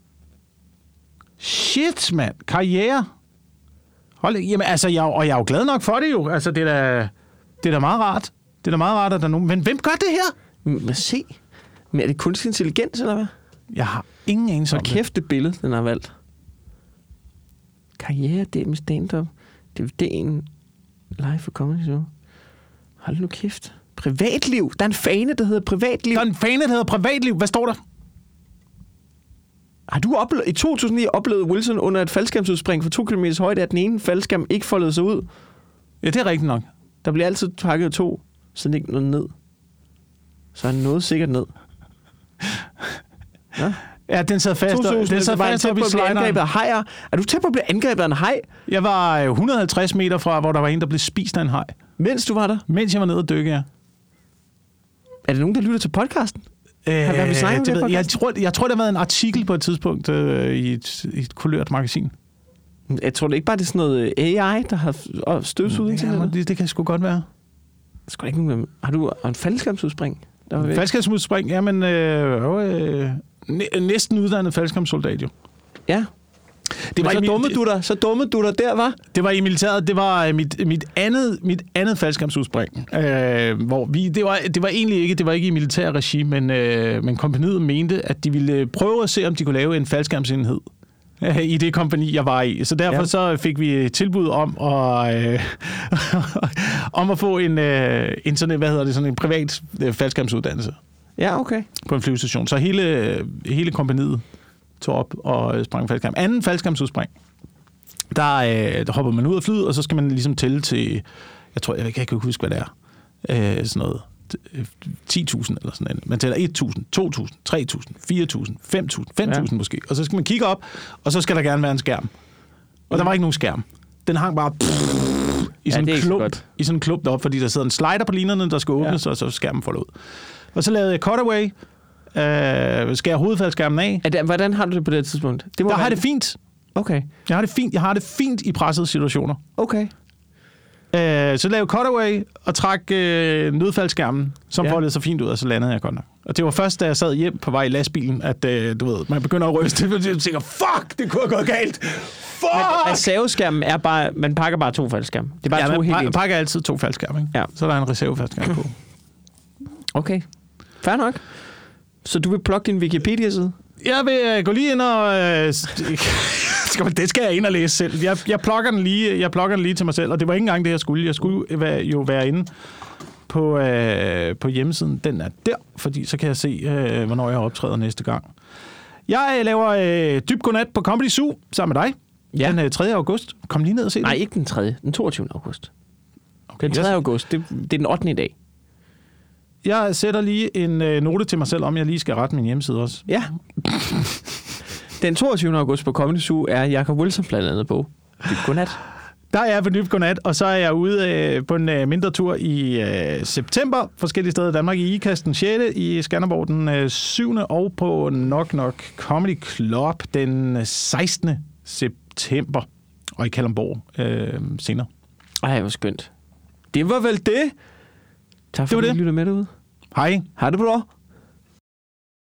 Shit, mand. Karriere. Hold, jamen, altså, jeg, og jeg er jo glad nok for det jo. Altså, det er da, det er da meget rart. Det er da meget rart, at der er nogen... Men hvem gør det her? Men se. Men er det kunstig intelligens, eller hvad? Jeg har ingen anelse om det. Så kæft det billede, den har valgt. Karriere, det med stand-up. Det er en live for comedy show. Hold nu kæft. Privatliv. Der er en fane, der hedder privatliv. Der er en fane, der hedder privatliv. Hvad står der? Har du oplevet, i to tusind ni oplevet Wilson under et faldskærmsudspring for to kilometer højde, at den ene faldskærm ikke foldede sig ud? Ja, det er rigtigt nok. Der bliver altid pakket to, så den ikke noget ned. Så er den noget sikkert ned. Ja. Ja, den sad fast. Den sad fast op i slideren. Hajer. Er du tæt på at blive angrebet af en haj? Jeg var et hundrede og halvtreds meter fra, hvor der var en, der blev spist af en haj. Mens du var der? Mens jeg var nede og dykke, ja. Er det nogen, der lytter til podcasten? Øh, Har vi snakket om det? det Ved, jeg, podcast? tror, jeg tror, der har været en artikel på et tidspunkt øh, i, et, i et kulørt magasin. Jeg tror det ikke bare, det er sådan noget A I, der har støvsuget internettet. Det, det kan sgu godt være. Skal ikke nogen... Har du en faldskærmsudspring? Der var væk? Faldskærmsudspring, jamen øh, øh, næ- næsten uddannet faldskærmssoldat jo. Ja. Det var, så i, dummede du dig, så dummede du dig der, var? det var i militæret, det var mit, mit andet, mit andet faldskærmsudspring. Øh, hvor vi, det, var, det var egentlig ikke, det var ikke i militær regi, men, øh, men kompagniet mente, at de ville prøve at se, om de kunne lave en faldskærmsenhed i det kompagni, jeg var i. Så derfor ja. så fik vi tilbud om at, øh, om at få en, øh, en, sådan, hvad hedder det, sådan en privat øh, faldskærmsuddannelse Ja, okay. på en flyvestation. Så hele, hele kompagniet tog op og sprang faldskærm. Anden faldskærmsudspring, der, øh, der hopper man ud af flyet, og så skal man ligesom tælle til, jeg tror, jeg kan ikke huske, hvad det er, øh, sådan noget, ti tusind eller sådan noget. Man tæller et tusind, to tusind, tre tusind, fire tusind, fem tusind, fem tusind ja. måske. Og så skal man kigge op, og så skal der gerne være en skærm. Og der var ikke nogen skærm. Den hang bare pff, i, sådan ja, en klump, i sådan en klump deroppe, fordi der sidder en slider på linerne, der skal åbnes, ja. og så skærmen folder ud. Og så lavede jeg cutaway, øh, skærer hovedfaldskærmen af. Det, hvordan har du det på det tidspunkt? Det må der være... har det fint. Okay. Jeg har det fint. Jeg har det fint i pressede situationer. Okay. Øh, så lavede cutaway og trak øh, nødfaldskærmen, som ja. foldede så fint ud, og så landede jeg godt nok. Og det var først, da jeg sad hjem på vej i lastbilen, at øh, du ved, man begynder at ryste, og jeg tænker, fuck, det kunne have gået galt. Fuck! Men reserveskærmen er bare, man pakker bare to faldskærme. Det er bare ja, to helt man pakker altid to faldskærme, ikke? Ja. Så er der en reservefaldskærm på. Okay. Fair nok. Så du vil plukke din Wikipedia-side? Jeg vil uh, gå lige ind og... Uh, det skal jeg ind og læse selv. Jeg, jeg, plukker den lige, jeg plukker den lige til mig selv, og det var ikke engang det, jeg skulle. Jeg skulle være, jo være inde på, uh, på hjemmesiden. Den er der, fordi så kan jeg se, uh, hvornår jeg optræder næste gang. Jeg laver uh, Dyb Godnat på Comedy Zoo sammen med dig. Ja. Den uh, tredje august. Kom lige ned og se Nej, det. ikke den tredje. Den toogtyvende august. Okay, den tredje august. Det, det er den ottende i dag. Jeg sætter lige en øh, note til mig selv, om jeg lige skal rette min hjemmeside også. Ja. Den toogtyvende august på Comedy Zoo er Jacob Wilson blandt andet på Dyb Godnat. Der er jeg på Dyb Godnat, og så er jeg ude øh, på en øh, mindre tur i øh, september. Forskellige steder i Danmark. I Ikast den sjette, i Skanderborg den øh, syvende og på Nok Nok Comedy Club den sekstende september. Og i Kalundborg øh, senere. Ej, hvor skønt. Det var vel det. Tak for, at du lyttede med derude. Hej. Hej det bra.